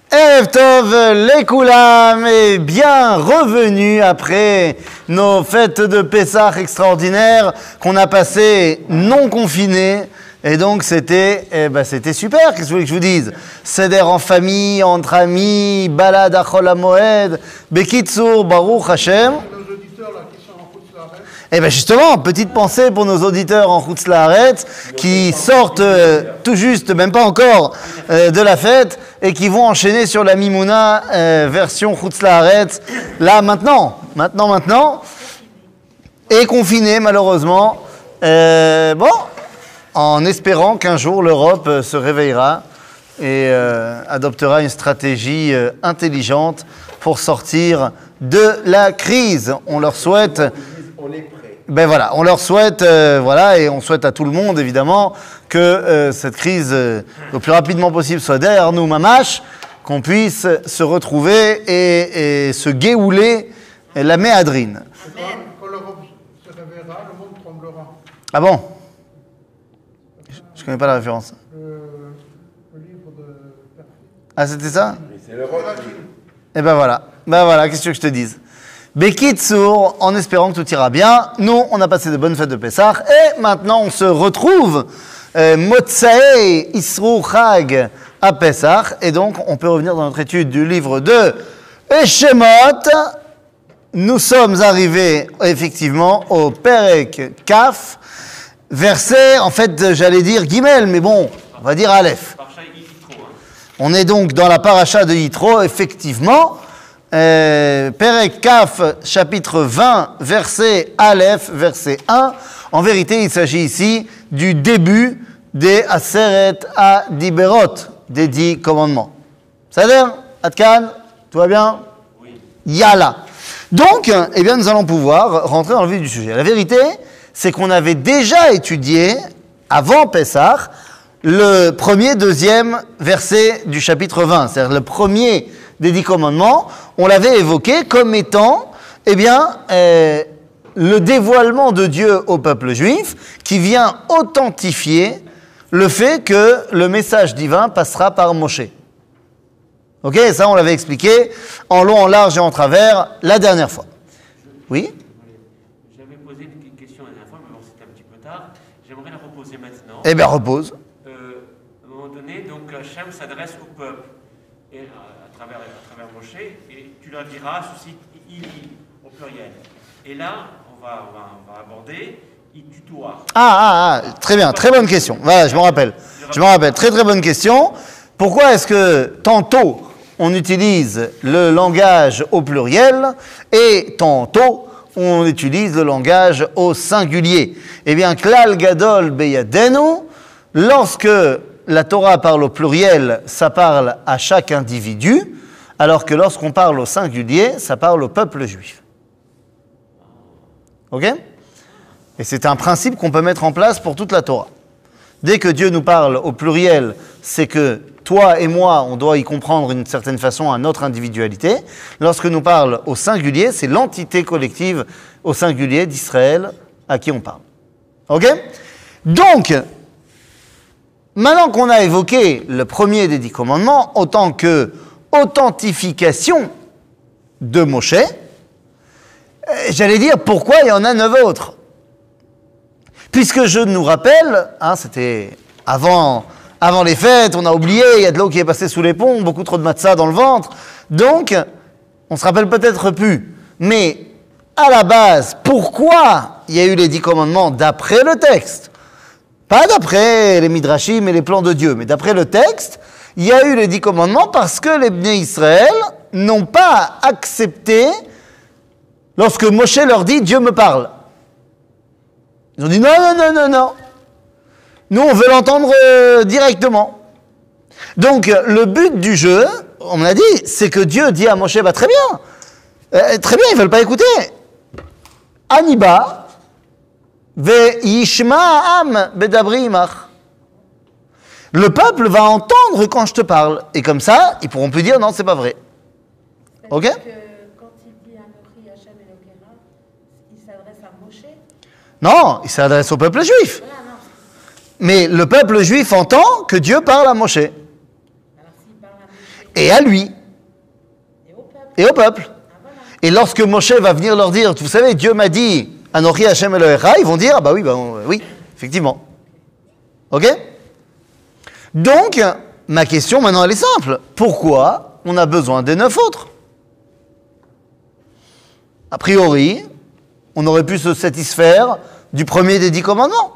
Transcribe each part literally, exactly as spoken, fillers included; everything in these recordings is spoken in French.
Erev Tov, les Koulam, est bien revenu après nos fêtes de Pessah extraordinaires qu'on a passées non confinées. Et donc c'était eh ben, c'était super, qu'est-ce que vous voulez que je vous dise? Seder en famille, entre amis, balade à Chol HaMoed, Bekitsour, Baruch Hashem. Eh bien justement, petite pensée pour nos auditeurs en Chutz La'aretz qui sortent euh, tout juste, même pas encore, euh, de la fête et qui vont enchaîner sur la Mimouna euh, version Chutz La'aretz, là maintenant, maintenant, maintenant, et confinés malheureusement. Euh, bon, en espérant qu'un jour l'Europe euh, se réveillera et euh, adoptera une stratégie euh, intelligente pour sortir de la crise. On leur souhaite... On est prêt. Ben voilà, on leur souhaite, euh, voilà, et on souhaite à tout le monde, évidemment, que euh, cette crise, euh, le plus rapidement possible, soit derrière nous, mamache, qu'on puisse se retrouver et, et se guéouler la méadrine. Quand l'Europe se réveillera, le monde tremblera. Ah bon? Je ne connais pas la référence. Le, le livre de Perfit. Ah, c'était ça? Mais c'est l'Europe. Eh ben voilà, ben voilà, qu'est-ce que je te dise? Bekitsour, en espérant que tout ira bien. Nous, on a passé de bonnes fêtes de Pessah et maintenant on se retrouve euh, Motsae Isru Chag à Pessah et donc on peut revenir dans notre étude du livre de Shemot. Nous sommes arrivés effectivement au Perek Kaf, verset, en fait j'allais dire Gimel, mais bon, on va dire Aleph. On est donc dans la paracha de Yitro, effectivement. Euh, Perek Kaf, chapitre vingt, verset Aleph, verset un. En vérité, il s'agit ici du début des Aseret HaDiberot, des dix commandements. Ça veut dire, Adkan, tout va bien? Oui. Yalla. Donc, eh bien, nous allons pouvoir rentrer dans le vif du sujet. La vérité, c'est qu'on avait déjà étudié, avant Pessah, le premier, deuxième verset du chapitre vingt, c'est-à-dire le premier des dix commandements, on l'avait évoqué comme étant, eh bien, euh, le dévoilement de Dieu au peuple juif qui vient authentifier le fait que le message divin passera par Moshe. Ok, ça on l'avait expliqué en long, en large et en travers la dernière fois. Oui? J'avais posé une question la dernière fois, mais bon, c'était un petit peu tard. J'aimerais la reposer maintenant. Eh bien, repose. Euh, à un moment donné, donc Hachem s'adresse au peuple. Et, à travers, à travers Moshe, et tu leur diras ceci, il, il, au pluriel. Et là, on va, on va, on va aborder, il tutoie. Ah, ah, ah, très bien, très bonne question. Voilà, je me rappelle. Je me rappelle, très très bonne question. Pourquoi est-ce que tantôt on utilise le langage au pluriel et tantôt on utilise le langage au singulier? Eh bien, Klal Gadol Beyadenu, lorsque la Torah parle au pluriel, ça parle à chaque individu, alors que lorsqu'on parle au singulier, ça parle au peuple juif. Ok? Et c'est un principe qu'on peut mettre en place pour toute la Torah. Dès que Dieu nous parle au pluriel, c'est que toi et moi, on doit y comprendre d'une certaine façon à notre individualité. Lorsque nous parle au singulier, c'est l'entité collective au singulier d'Israël à qui on parle. Ok? Donc, maintenant qu'on a évoqué le premier des dix commandements, autant que authentification de Moshe, j'allais dire pourquoi il y en a neuf autres. Puisque je nous rappelle, hein, c'était avant, avant les fêtes, on a oublié, il y a de l'eau qui est passée sous les ponts, beaucoup trop de matzah dans le ventre, donc on se rappelle peut-être plus. Mais à la base, pourquoi il y a eu les dix commandements d'après le texte? Pas d'après les midrashim et les plans de Dieu, mais d'après le texte, il y a eu les dix commandements parce que les Bnei Israël n'ont pas accepté lorsque Moshe leur dit « Dieu me parle ». Ils ont dit « Non, non, non, non, non. Nous, on veut l'entendre euh, directement. » Donc, le but du jeu, on me l'a dit, c'est que Dieu dit à Moshe « Bah très bien, euh, très bien, ils ne veulent pas écouter. Aniba » Le peuple va entendre quand je te parle. Et comme ça, ils pourront plus dire non, c'est pas vrai. Ok? Que quand il dit Anochi Hashem Elokera, il s'adresse à Moshe? Non, il s'adresse au peuple juif. Voilà, non. Mais le peuple juif entend que Dieu parle à Moshe. Alors s'il parle à Moshe, et à lui, Et au peuple. et au peuple. Ah, voilà. Et lorsque Moshe va venir leur dire, vous savez, Dieu m'a dit, Anochi Hashem Elohecha, ils vont dire, ah bah oui, bah, on- oui, effectivement. Ok? Donc, ma question maintenant, elle est simple. Pourquoi on a besoin des neuf autres? A priori, on aurait pu se satisfaire du premier des dix commandements.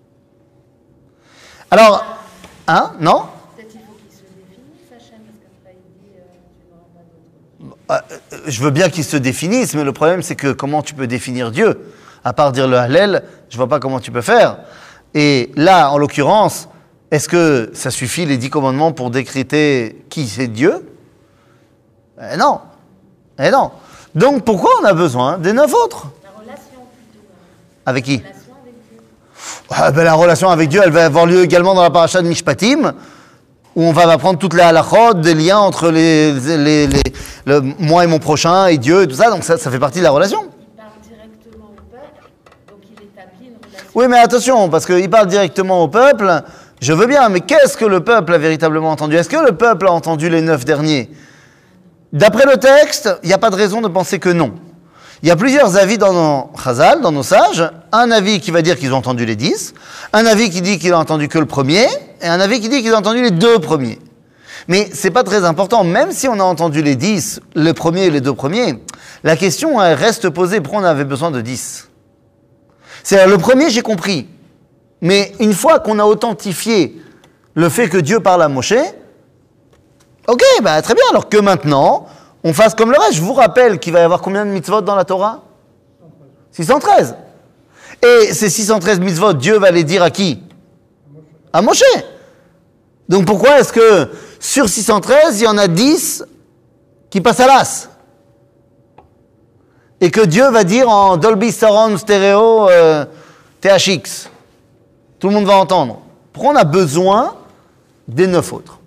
Alors, hein, non? Peut-être il faut qu'il se définisse, Hachem, parce qu'après il dit euh, tu n'auras pas d'autre. Euh, Je veux bien qu'ils se définissent, mais le problème c'est que comment tu peux définir Dieu? À part dire le Hallel, je vois pas comment tu peux faire. Et là, en l'occurrence, est-ce que ça suffit les dix commandements pour décréter qui c'est Dieu? Eh non. Eh non. Donc pourquoi on a besoin des neuf autres? La relation plutôt. euh, Avec qui? La relation avec Dieu. Ah, ben, la relation avec Dieu, elle va avoir lieu également dans la paracha de Mishpatim, où on va apprendre toute la halachot, des liens entre les, les, les- le, moi et mon prochain, et Dieu, et tout ça, donc ça, ça fait partie de la relation. Il parle directement au peuple, donc il établit une relation. Oui, mais attention, parce qu'il parle directement au peuple, je veux bien, mais qu'est-ce que le peuple a véritablement entendu? Est-ce que le peuple a entendu les neuf derniers? D'après le texte, il n'y a pas de raison de penser que non. Il y a plusieurs avis dans nos chazal, dans nos sages. Un avis qui va dire qu'ils ont entendu les dix, un avis qui dit qu'il a entendu que le premier, et un avis qui dit qu'ils ont entendu les deux premiers. Mais c'est pas très important, même si on a entendu les dix, le premier et les deux premiers, la question elle reste posée, pourquoi on avait besoin de dix? C'est le premier, j'ai compris. Mais une fois qu'on a authentifié le fait que Dieu parle à Moshe, ok, bah très bien, alors que maintenant, on fasse comme le reste. Je vous rappelle qu'il va y avoir combien de mitzvot dans la Torah? six cent treize. Et ces six cent treize mitzvot, Dieu va les dire à qui? À Moshe. Donc pourquoi est-ce que sur six cent treize, il y en a dix qui passent à l'as? Et que Dieu va dire en Dolby Surround Stereo euh, T H X. Tout le monde va entendre. Pourquoi on a besoin des neuf autres?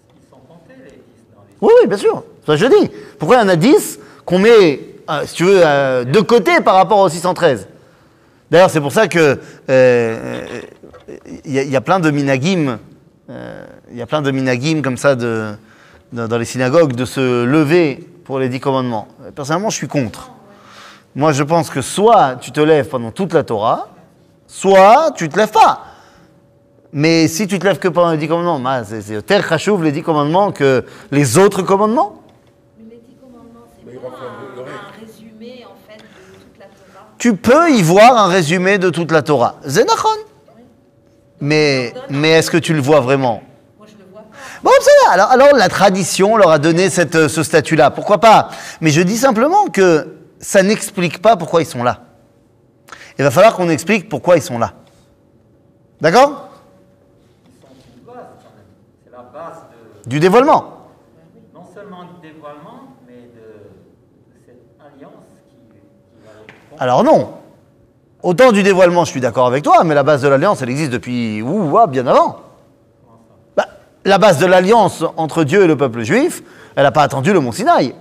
Oui, oui, bien sûr. C'est ce que je dis. Pourquoi il y en a dix qu'on met, euh, si tu veux, euh, de côté par rapport aux six cent treize? D'ailleurs, c'est pour ça que il euh, y, y a plein de minagim, il euh, y a plein de minagim comme ça de, de, dans les synagogues de se lever pour les dix commandements. Personnellement, je suis contre. Moi, je pense que soit tu te lèves pendant toute la Torah, soit tu te lèves pas. Mais si tu te lèves que pendant les dix commandements, bah, c'est terre chachouv les dix commandements que les autres commandements. Mais les dix commandements, c'est Mais il pas va faire le- le un, reste. un résumé en fait de toute la Torah. Tu peux y voir un résumé de toute la Torah. Zénachon. Mais, mais est-ce que tu le vois vraiment? Moi je le vois pas. Bon, ça va. Alors, alors la tradition leur a donné cette, ce statut-là. Pourquoi pas? Mais je dis simplement que ça n'explique pas pourquoi ils sont là. Il va falloir qu'on explique pourquoi ils sont là. D'accord? Ils sont une base quand même. C'est la base de, Du dévoilement. non seulement du dévoilement, mais de, de cette alliance qui, qui va les Alors non. Autant du dévoilement, je suis d'accord avec toi, mais la base de l'alliance, elle existe depuis ouh, ouah, bien avant. Bah, la base de l'alliance entre Dieu et le peuple juif, elle n'a pas attendu le mont Sinaï.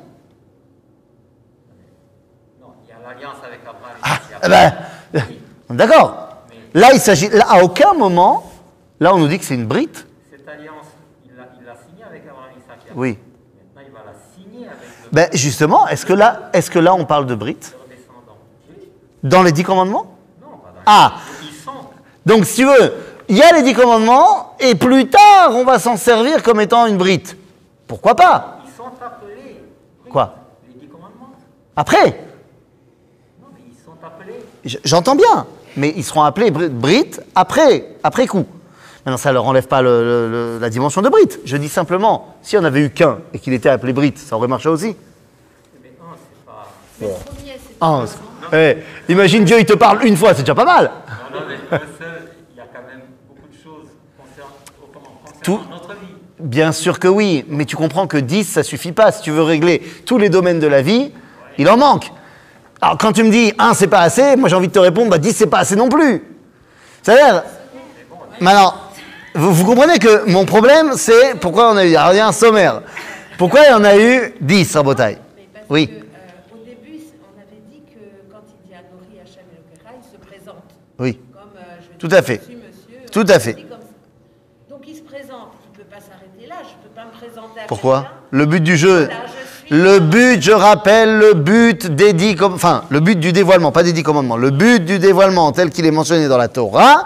Non, il y a l'alliance avec Abraham et Ah, Isaac. eh ben, on est d'accord. Là, il s'agit. Là, à aucun moment, là, on nous dit que c'est une brite. Cette alliance, il l'a il l'a signée avec Abraham et Isaac. Oui. Maintenant, il va la signer avec le Ben, justement, est-ce que là, est-ce que là, on parle de brite leurs descendants. Oui. dans les dix commandements? Non, pas dans Ah, Ils sont. donc si tu veux, il y a les dix commandements, et plus tard, on va s'en servir comme étant une brite. Pourquoi pas? Ils sont appelés. Oui, Quoi? Les dix commandements. Après, Non, mais ils sont appelés. j- j'entends bien, mais ils seront appelés br- brite après, après coup. Maintenant, ça ne leur enlève pas le- le- le- la dimension de brite. Je dis simplement, si on avait eu qu'un et qu'il était appelé brite, ça aurait marché aussi. Mais un, c'est pas. Mais le premier, c'est Ah, c'est- eh, imagine Dieu, il te parle une fois, c'est déjà pas mal. Non, non, mais un seul, il y a quand même beaucoup de choses concernant, concernant Tout- notre vie. Bien sûr que oui, mais tu comprends que dix, ça suffit pas. Si tu veux régler tous les domaines de la vie, il en manque. Alors quand tu me dis un, c'est pas assez, moi j'ai envie de te répondre, bah dix, c'est pas assez non plus. C'est-à-dire, maintenant, vous, vous comprenez que mon problème, c'est pourquoi on a eu, alors il y a un sommaire. Pourquoi il y en a eu dix, Rabotai? Mais parce Oui. que, euh, au début, on avait dit que quand il dit Anori Hachem Elokecha, il se présente. Oui. Comme euh, je Tout dis, à fait. Monsieur, monsieur, Tout on à fait. dit comme ça. Donc il se présente, il ne peut pas s'arrêter là, je ne peux pas me présenter à Pourquoi? quelqu'un. le but du jeu, Là, je suis- le but, je rappelle, le but des dix comm- enfin, le but du dévoilement, pas des dix commandements, le but du dévoilement tel qu'il est mentionné dans la Torah,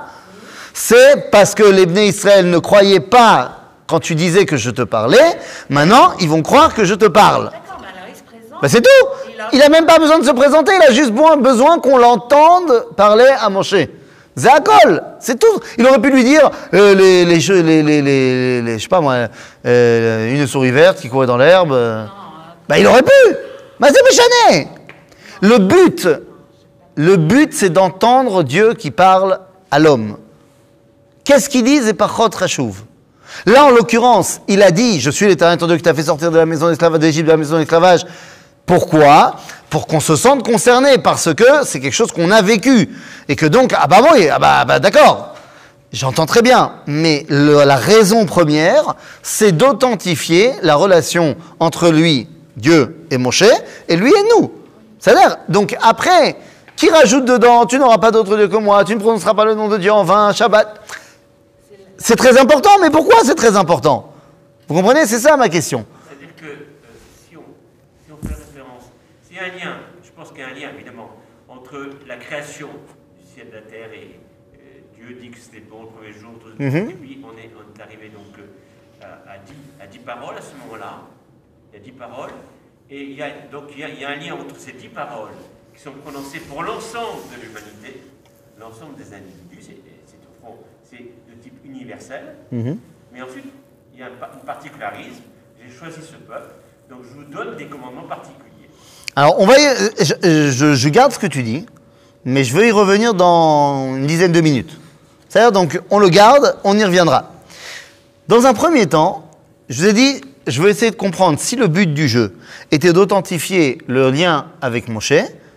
c'est parce que les Bnei Israël ne croyaient pas quand tu disais que je te parlais, maintenant, ils vont croire que je te parle. D'accord, mais alors il se présente. Ben, c'est tout. Il n'a même pas besoin de se présenter, il a juste besoin, besoin qu'on l'entende parler à Moshe. Zéakol, c'est tout. Il aurait pu lui dire euh, les, les, jeux- les, les, les, les- je sais pas moi, euh, une souris verte qui courait dans l'herbe. euh. Ben, il aurait pu. Ben, c'est méchané. Le but, le but, c'est d'entendre Dieu qui parle à l'homme. Qu'est-ce qu'il dit, Zepachot Rashuv? Là, en l'occurrence, il a dit, je suis l'Éternel ton Dieu qui t'a fait sortir de la maison d'esclavage d'Égypte, de la maison d'esclavage. Pourquoi? Pour qu'on se sente concerné, parce que c'est quelque chose qu'on a vécu. Et que donc, ah bah oui, ah bah, bah d'accord, j'entends très bien. Mais le- la raison première, c'est d'authentifier la relation entre lui, Dieu et Moshe, et lui et nous. C'est-à-dire, donc après, qui rajoute dedans, tu n'auras pas d'autre Dieu que moi, tu ne prononceras pas le nom de Dieu en vain, Shabbat. C'est très important, mais pourquoi c'est très important? Vous comprenez? C'est ça ma question. C'est-à-dire que euh, si, on, si on fait référence, s'il y a un lien, je pense qu'il y a un lien évidemment, entre la création du ciel, de la terre et euh, Dieu dit que c'était bon le premier jour, tout, Mhm. et puis on est, on est arrivé donc euh, à, à, dix, à dix paroles à ce moment-là, il y a dix paroles, et il y a, donc il y a, il y a un lien entre ces dix paroles qui sont prononcées pour l'ensemble de l'humanité, l'ensemble des individus, c'est, c'est au fond, c'est de type universel. Mhm. Mais ensuite, il y a un, pa- un particularisme. J'ai choisi ce peuple, donc je vous donne des commandements particuliers. Alors, on va y- euh, je, je- je garde ce que tu dis, mais je veux y revenir dans une dizaine de minutes. C'est-à-dire, donc, on le garde, on y reviendra. Dans un premier temps, je vous ai dit, je veux essayer de comprendre si le but du jeu était d'authentifier le lien avec Moshe.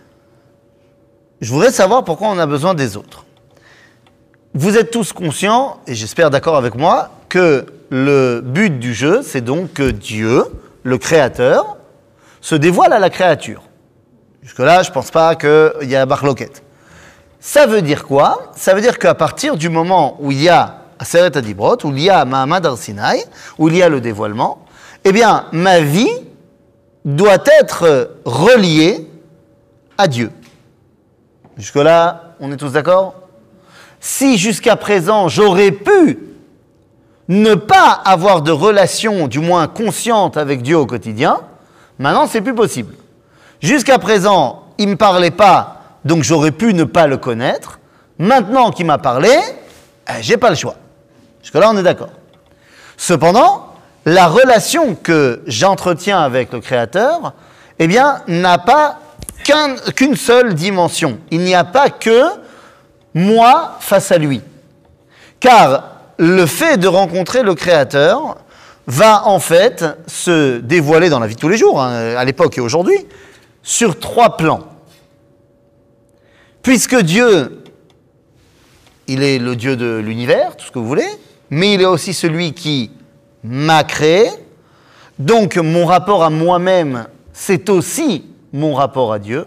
Je voudrais savoir pourquoi on a besoin des autres. Vous êtes tous conscients, et j'espère d'accord avec moi, que le but du jeu, c'est donc que Dieu, le Créateur, se dévoile à la créature. Jusque-là, je ne pense pas qu'il y a Barloquette. Ça veut dire quoi? Ça veut dire qu'à partir du moment où il y a Aseret Adibrot, où il y a Mahamad Har Sinai, où il y a le dévoilement, eh bien, ma vie doit être reliée à Dieu. Jusque-là, on est tous d'accord? Si jusqu'à présent, j'aurais pu ne pas avoir de relation, du moins consciente, avec Dieu au quotidien, maintenant, c'est plus possible. Jusqu'à présent, il ne me parlait pas, donc j'aurais pu ne pas le connaître. Maintenant qu'il m'a parlé, eh, j'ai pas le choix. Jusque-là, on est d'accord. Cependant, la relation que j'entretiens avec le Créateur, eh bien, n'a pas qu'un- qu'une seule dimension. Il n'y a pas que moi face à lui. Car le fait de rencontrer le Créateur va en fait se dévoiler dans la vie de tous les jours, hein, à l'époque et aujourd'hui, sur trois plans. Puisque Dieu, il est le Dieu de l'univers, tout ce que vous voulez, mais il est aussi celui qui m'a créé. Donc mon rapport à moi-même, c'est aussi mon rapport à Dieu.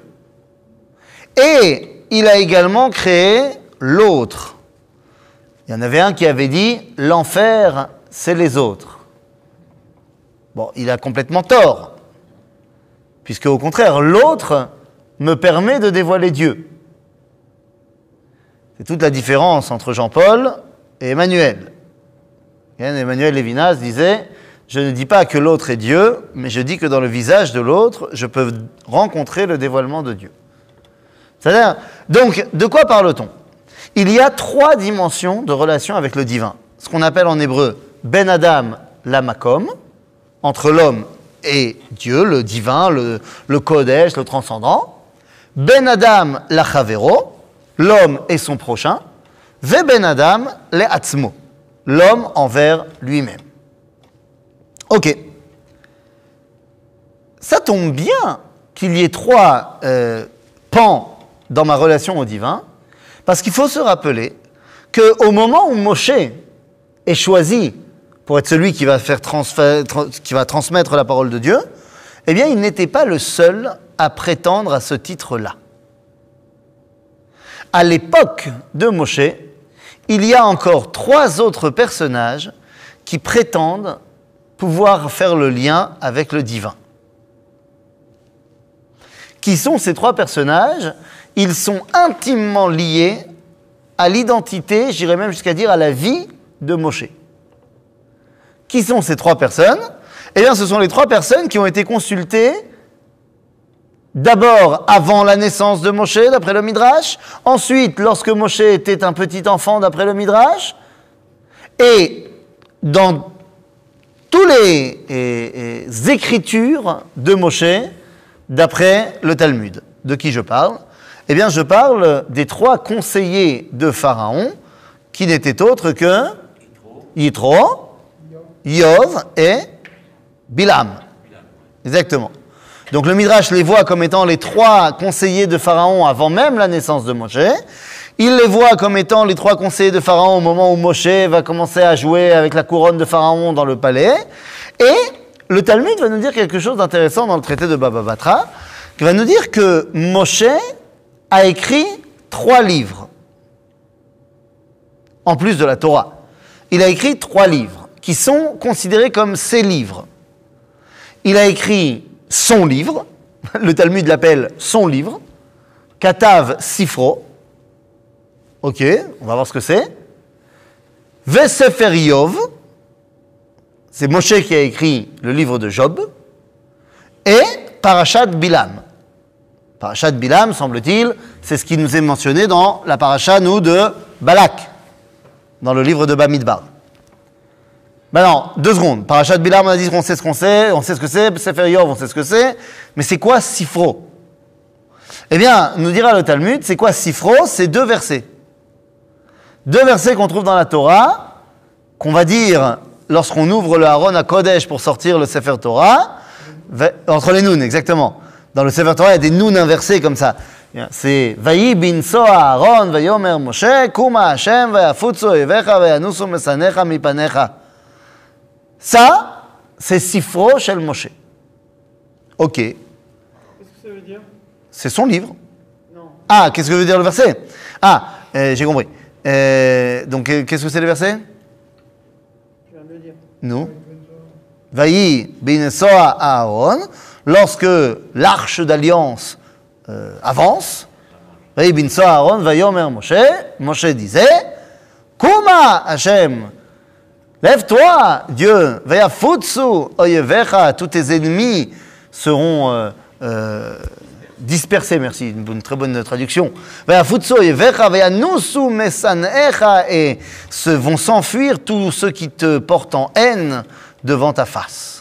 Et il a également créé l'autre. Il y en avait un qui avait dit « l'enfer, c'est les autres ». Bon, il a complètement tort, puisque au contraire, l'autre me permet de dévoiler Dieu. C'est toute la différence entre Jean-Paul et Emmanuel. Emmanuel Lévinas disait « Je ne dis pas que l'autre est Dieu, mais je dis que dans le visage de l'autre, je peux rencontrer le dévoilement de Dieu. » C'est-à-dire, donc, de quoi parle-t-on? Il y a trois dimensions de relation avec le divin. Ce qu'on appelle en hébreu Ben Adam la Makom, entre l'homme et Dieu, le divin, le, le Kodesh, le transcendant. Ben Adam la Chavero, l'homme et son prochain. Ve Ben Adam le Atzmo, l'homme envers lui-même. Ok. Ça tombe bien qu'il y ait trois euh, pans dans ma relation au divin, parce qu'il faut se rappeler qu'au moment où Moshe est choisi pour être celui qui va, faire transférer, trans, qui va transmettre la parole de Dieu, eh bien, il n'était pas le seul à prétendre à ce titre-là. À l'époque de Moshe, il y a encore trois autres personnages qui prétendent pouvoir faire le lien avec le divin. Qui sont ces trois personnages? Ils sont intimement liés à l'identité, j'irais même jusqu'à dire à la vie de Moshe. Qui sont ces trois personnes? Eh bien, ce sont les trois personnes qui ont été consultées d'abord avant la naissance de Moshe, d'après le Midrash, ensuite lorsque Moshe était un petit enfant, d'après le Midrash, et dans tous les, les, les écritures de Moshe, d'après le Talmud. De qui je parle? Eh bien, je parle des trois conseillers de Pharaon, qui n'étaient autres que Yitro, Yov et Bilam. Exactement. Donc le Midrash les voit comme étant les trois conseillers de Pharaon avant même la naissance de Moshe. Il les voit comme étant les trois conseillers de Pharaon au moment où Moshe va commencer à jouer avec la couronne de Pharaon dans le palais. Et le Talmud va nous dire quelque chose d'intéressant dans le traité de Baba Batra, qui va nous dire que Moshe a écrit trois livres, en plus de la Torah. Il a écrit trois livres, qui sont considérés comme ses livres. Il a écrit son livre, le Talmud l'appelle son livre, Katav Sifro, ok, on va voir ce que c'est, Vesefer Yov, c'est Moshe qui a écrit le livre de Job, et Parashat Bilam. Parashat Bilam, semble-t-il, c'est ce qui nous est mentionné dans la paracha, nous, de Balak, dans le livre de Bamidbar. Maintenant, deux secondes. Parashat Bilam, on a dit qu'on sait ce qu'on sait, on sait ce que c'est, Sefer Yov, on sait ce que c'est, mais c'est quoi Sifro? Eh bien, nous dira le Talmud, c'est quoi Sifro? C'est deux versets. Deux versets qu'on trouve dans la Torah, qu'on va dire lorsqu'on ouvre le Haron à Kodesh pour sortir le Sefer Torah, entre les Noun, exactement. Dans le Sefer Torah, il y a des Noun inversés comme ça. C'est Vayi bin Soa Aaron, Vayomer Moshe, Kuma Hashem, Vayafutsu Evecha, Vayanusu Mesanecha Mipanecha. Ça, c'est Sifro Shel Moshe. Ok. Qu'est-ce que ça veut dire? C'est son livre. Non. Ah, qu'est-ce que veut dire le verset? Ah, euh, j'ai compris. Euh, donc, euh, qu'est-ce que c'est le verset? Tu viens de le dire. Non. Vayi bin Soa Aaron, lorsque l'arche d'alliance euh, avance, Vayi bin Soa Aaron, Vayomer Moshe, Moshe disait, Kuma Hashem, lève-toi, Dieu, Vayafutsu oyevecha, tous tes ennemis seront euh, euh, dispersés, merci, une, une très bonne traduction. Vayafutsu oyevecha, vayanusu mesanecha, et se vont s'enfuir tous ceux qui te portent en haine devant ta face.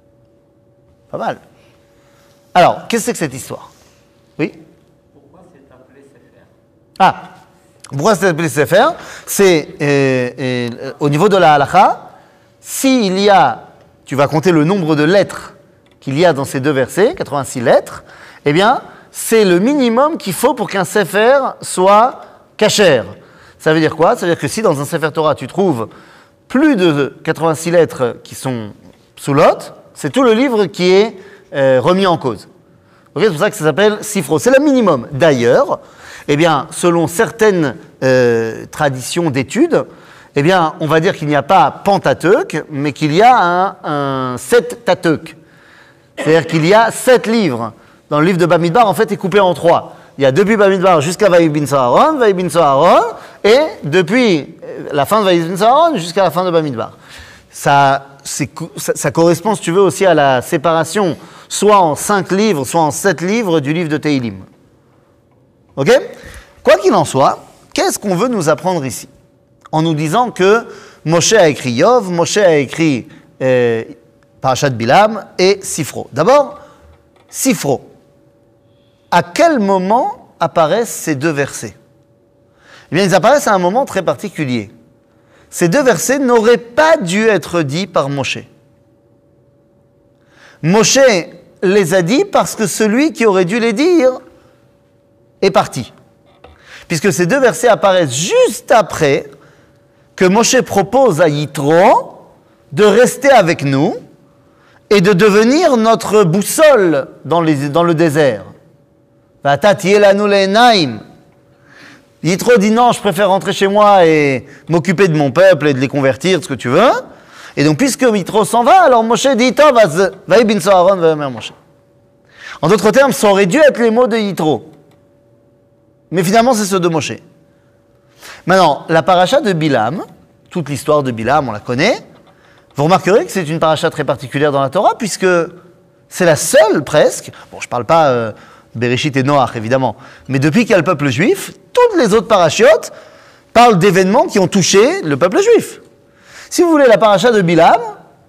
Pas mal. Alors, qu'est-ce que c'est que cette histoire? Oui? Pourquoi c'est appelé Sefer? Ah, pourquoi c'est appelé Sefer? C'est euh, euh, au niveau de la halakha, s'il y a, tu vas compter le nombre de lettres qu'il y a dans ces deux versets, quatre-vingt-six lettres, eh bien, c'est le minimum qu'il faut pour qu'un Sefer soit kasher. Ça veut dire quoi? Ça veut dire que si dans un Sefer Torah, tu trouves plus de quatre-vingt-six lettres qui sont sous l'autre, c'est tout le livre qui est euh, remis en cause. Okay, c'est pour ça que ça s'appelle Sifro. C'est le minimum. D'ailleurs, eh bien, selon certaines euh, traditions d'études, eh bien, on va dire qu'il n'y a pas Pentateuque, mais qu'il y a un, un Septateuque. C'est-à-dire qu'il y a sept livres. Dans le livre de Bamidbar, en fait, est coupé en trois. Il y a depuis Bamidbar jusqu'à Vayi bin Soa Aaron, Vayi bin Soa Aaron, et depuis la fin de Vayi bin Soa Aaron jusqu'à la fin de Bamidbar. Ça, ça, ça correspond, si tu veux, aussi à la séparation, soit en cinq livres, soit en sept livres du livre de Tehilim. Ok? Quoi qu'il en soit, qu'est-ce qu'on veut nous apprendre ici? En nous disant que Moshe a écrit Yov, Moshe a écrit euh, Parashat Bilam et Sifro. D'abord, Sifro. À quel moment apparaissent ces deux versets? Eh bien, ils apparaissent à un moment très particulier. Ces deux versets n'auraient pas dû être dits par Moshe. Moshe les a dit parce que celui qui aurait dû les dire est parti. Puisque ces deux versets apparaissent juste après que Moshe propose à Yitro de rester avec nous et de devenir notre boussole dans, les, dans le désert. Yitro dit non, je préfère rentrer chez moi et m'occuper de mon peuple et de les convertir, ce que tu veux. Et donc, puisque Yitro s'en va, alors Moshe dit, Tov, az, vaï binso Aaron, vaïmer Moshe. En d'autres termes, ça aurait dû être les mots de Yitro. Mais finalement, c'est ceux de Moshe. Maintenant, la paracha de Bilam, toute l'histoire de Bilam, on la connaît. Vous remarquerez que c'est une paracha très particulière dans la Torah, puisque c'est la seule, presque, bon, je ne parle pas euh, Bereshit et Noach, évidemment, mais depuis qu'il y a le peuple juif, toutes les autres parachiotes parlent d'événements qui ont touché le peuple juif. Si vous voulez la paracha de Bilam,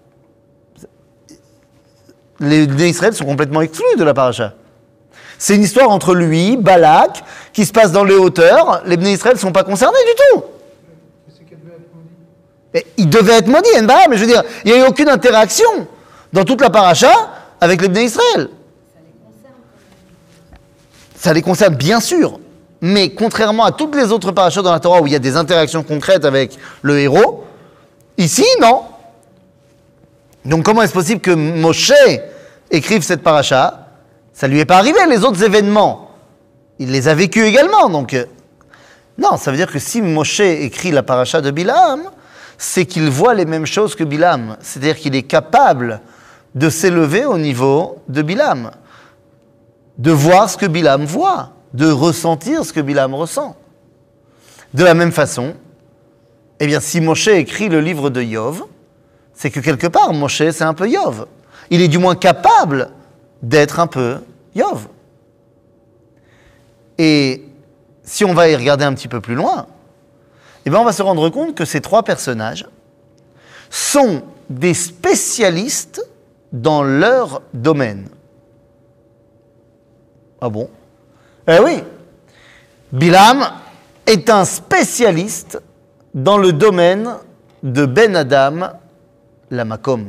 les Bnei Israël sont complètement exclus de la paracha. C'est une histoire entre lui, Balak, qui se passe dans les hauteurs. Les Bnei Israël ne sont pas concernés du tout. C'est qu'elle devait être maudite. Et il devait être maudit, Enba, mais je veux dire, il n'y a eu aucune interaction dans toute la paracha avec les Bnei Israël. Ça les concerne quand même. Ça les concerne bien sûr, mais contrairement à toutes les autres parachas dans la Torah où il y a des interactions concrètes avec le héros, ici, non. Donc comment est-ce possible que Moshe écrive cette paracha? Ça lui est pas arrivé, les autres événements. Il les a vécus également, donc... euh, non, ça veut dire que si Moshe écrit la paracha de Bilam, c'est qu'il voit les mêmes choses que Bilam. C'est-à-dire qu'il est capable de s'élever au niveau de Bilam, de voir ce que Bilam voit, de ressentir ce que Bilam ressent. De la même façon, eh bien, si Moshe écrit le livre de Yov, c'est que quelque part, Moshe, c'est un peu Yov. Il est du moins capable d'être un peu Yov. Et si on va y regarder un petit peu plus loin, eh bien, on va se rendre compte que ces trois personnages sont des spécialistes dans leur domaine. Ah bon? Eh oui, Bilam est un spécialiste dans le domaine de Ben Adam, la Makom.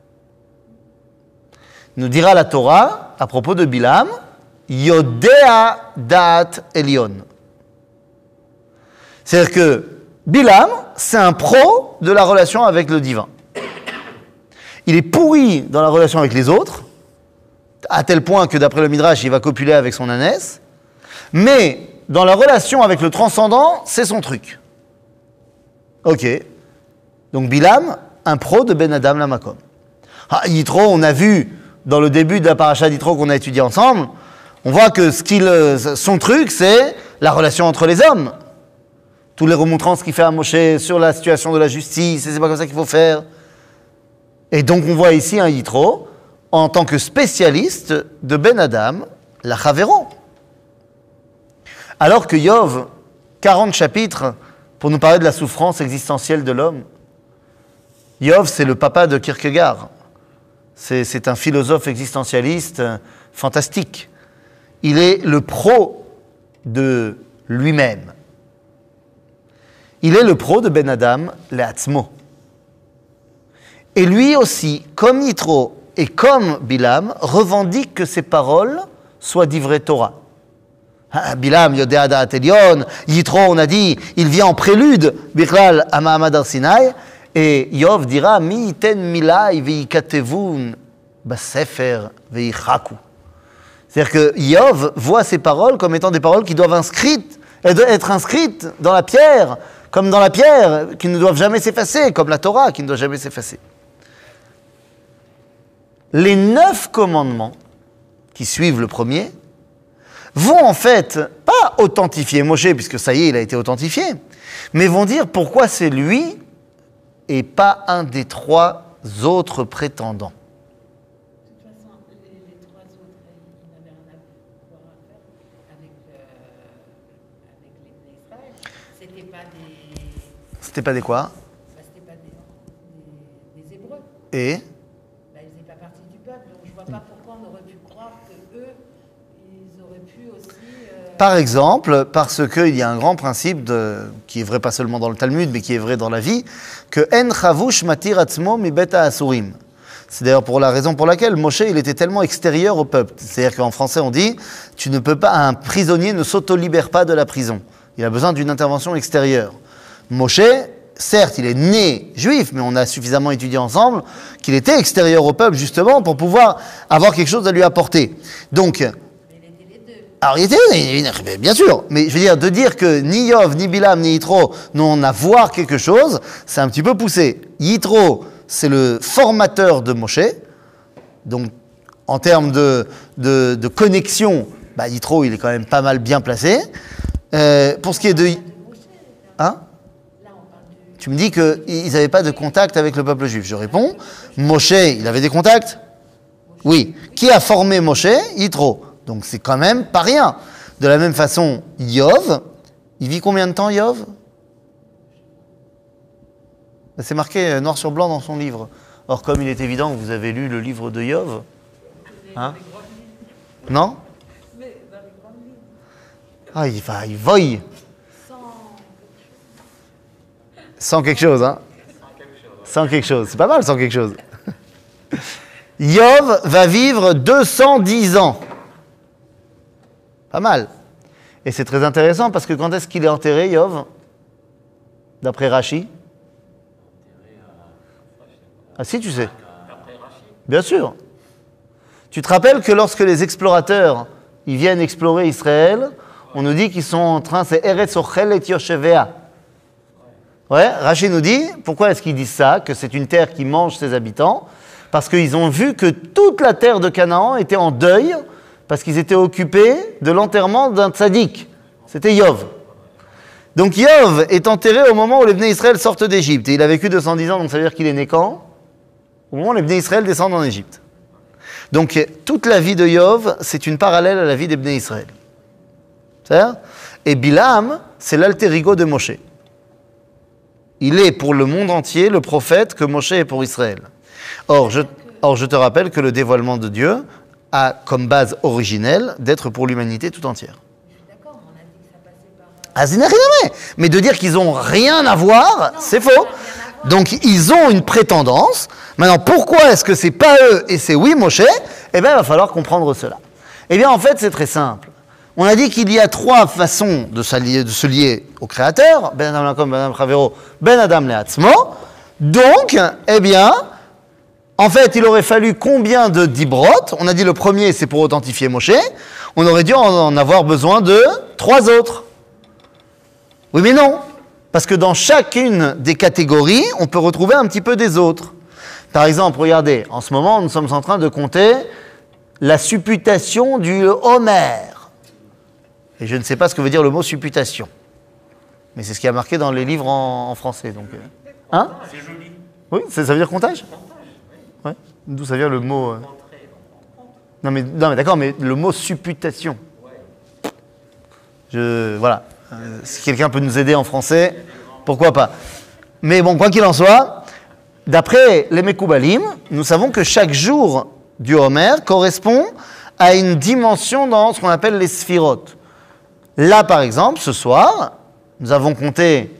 Nous dira la Torah, à propos de Bilam, Yodea Da'at Elion. C'est-à-dire que Bilam, c'est un pro de la relation avec le divin. Il est pourri dans la relation avec les autres, à tel point que d'après le Midrash, il va copuler avec son ânesse, mais dans la relation avec le transcendant, c'est son truc. Ok. Donc Bilam, un pro de Ben Adam la Makom. Ah, Yitro, on a vu dans le début de la paracha d'Yitro qu'on a étudié ensemble, on voit que ce qu'il, son truc, c'est la relation entre les hommes. Tous les remontrances qu'il fait à Moshe sur la situation de la justice, et c'est pas comme ça qu'il faut faire. Et donc on voit ici un Yitro en tant que spécialiste de Ben Adam, la Chavéron. Alors que Yov, quarante chapitres pour nous parler de la souffrance existentielle de l'homme. Yov, c'est le papa de Kierkegaard. C'est, c'est un philosophe existentialiste euh, fantastique. Il est le pro de lui-même. Il est le pro de Ben Adam, Le'atzmo. Et lui aussi, comme Yitro et comme Bilam, revendique que ses paroles soient d'ivrei Torah. Ah, Bilam, Yodea Da'at Elion, Yitro, on a dit, il vient en prélude, Bichlal, à Mahamad Har Sinai, et Yov dira, Mi iten milai ve'ikatevun basefer ve'ichaku. C'est-à-dire que Yov voit ces paroles comme étant des paroles qui doivent inscrites, être inscrites dans la pierre, comme dans la pierre, qui ne doivent jamais s'effacer, comme la Torah, qui ne doit jamais s'effacer. Les neuf commandements qui suivent le premier vont en fait pas authentifier Moshe, puisque ça y est, il a été authentifié, mais vont dire pourquoi c'est lui et pas un des trois autres prétendants. De toute façon, les, les trois autres, ils n'avaient rien à voir à faire avec, euh, avec les Bnei Israël. C'était pas des. C'était pas des quoi? Bah, c'était pas des, des, des Hébreux. Et Bah, ils faisaient pas partie du peuple, donc je vois pas pourquoi on aurait pu croire que eux, ils auraient pu aussi. Euh... Par exemple, parce qu'il y a un grand principe de, qui est vrai pas seulement dans le Talmud, mais qui est vrai dans la vie, que en chavush matir atzmo mi bet ha'asurim. C'est d'ailleurs pour la raison pour laquelle Moshe, il était tellement extérieur au peuple. C'est-à-dire qu'en français, on dit, tu ne peux pas, un prisonnier ne s'auto-libère pas de la prison. Il a besoin d'une intervention extérieure. Moshe, certes, il est né juif, mais on a suffisamment étudié ensemble qu'il était extérieur au peuple, justement, pour pouvoir avoir quelque chose à lui apporter. Donc, alors il était, bien sûr, mais je veux dire, de dire que ni Yov, ni Bilam, ni Yitro n'ont à voir quelque chose, c'est un petit peu poussé. Yitro, c'est le formateur de Moshe. Donc, en termes de, de, de connexion, bah, Yitro, il est quand même pas mal bien placé. Euh, pour ce qui est de... Hein? Tu me dis qu'ils n'avaient pas de contact avec le peuple juif. Je réponds, Moshe, il avait des contacts? Oui. Qui a formé Moshe? Yitro. Donc c'est quand même pas rien. De la même façon, Yov, il vit combien de temps, Yov? C'est marqué noir sur blanc dans son livre. Or, comme il est évident que vous avez lu le livre de Yov, hein? Non? Ah, il va, il voille. Sans quelque chose, hein? Sans quelque chose. C'est pas mal, sans quelque chose. Yov va vivre deux cent dix ans. Pas mal. Et c'est très intéressant parce que quand est-ce qu'il est enterré, Yov? D'après Rashi? Ah si, tu sais. Bien sûr. Tu te rappelles que lorsque les explorateurs ils viennent explorer Israël, on nous dit qu'ils sont en train, c'est Eretz Ochel et Yoshevea. Ouais, Rashi nous dit, pourquoi est-ce qu'ils disent ça, que c'est une terre qui mange ses habitants? Parce qu'ils ont vu que toute la terre de Canaan était en deuil, parce qu'ils étaient occupés de l'enterrement d'un tzaddik. C'était Yov. Donc Yov est enterré au moment où les Bnei Israël sortent d'Égypte. Et il a vécu deux cent dix ans, donc ça veut dire qu'il est né quand? Au moment où les Bnei Israël descendent en Égypte. Donc toute la vie de Yov, c'est une parallèle à la vie des Bnei Israël. C'est-à-dire? Et Bilam, c'est l'alter ego de Moshe. Il est pour le monde entier le prophète que Moshe est pour Israël. Or je, or, je te rappelle que le dévoilement de Dieu a comme base originelle d'être pour l'humanité tout entière. Je suis d'accord, on a dit que ça passait par... Ah, c'est rien, mais de dire qu'ils n'ont rien à voir, c'est faux. Donc, ils ont une prétendance. Maintenant, pourquoi est-ce que c'est pas eux et c'est oui Moshe? Eh bien, il va falloir comprendre cela. Eh bien, en fait, c'est très simple. On a dit qu'il y a trois façons de se lier, de se lier au Créateur. Ben Adam Lakom, Ben Adam Chavero, Ben Adam Leatzmo. Donc, eh bien, en fait, il aurait fallu combien de dibrot? On a dit le premier, c'est pour authentifier Moshe. On aurait dû en avoir besoin de trois autres. Oui, mais non. Parce que dans chacune des catégories, on peut retrouver un petit peu des autres. Par exemple, regardez, en ce moment, nous sommes en train de compter la supputation du Homer. Et je ne sais pas ce que veut dire le mot supputation. Mais c'est ce qui a marqué dans les livres en, en français. Donc, euh... Hein? C'est joli. Oui, ça, ça veut dire comptage? Ouais. D'où ça vient le mot... Euh... Non mais, non mais d'accord, mais le mot supputation. Je... Voilà. Euh, si quelqu'un peut nous aider en français, pourquoi pas. Mais bon, quoi qu'il en soit, d'après les Mekoubalim, nous savons que chaque jour du Homer correspond à une dimension dans ce qu'on appelle les sphirotes. Là, par exemple, ce soir, nous avons compté...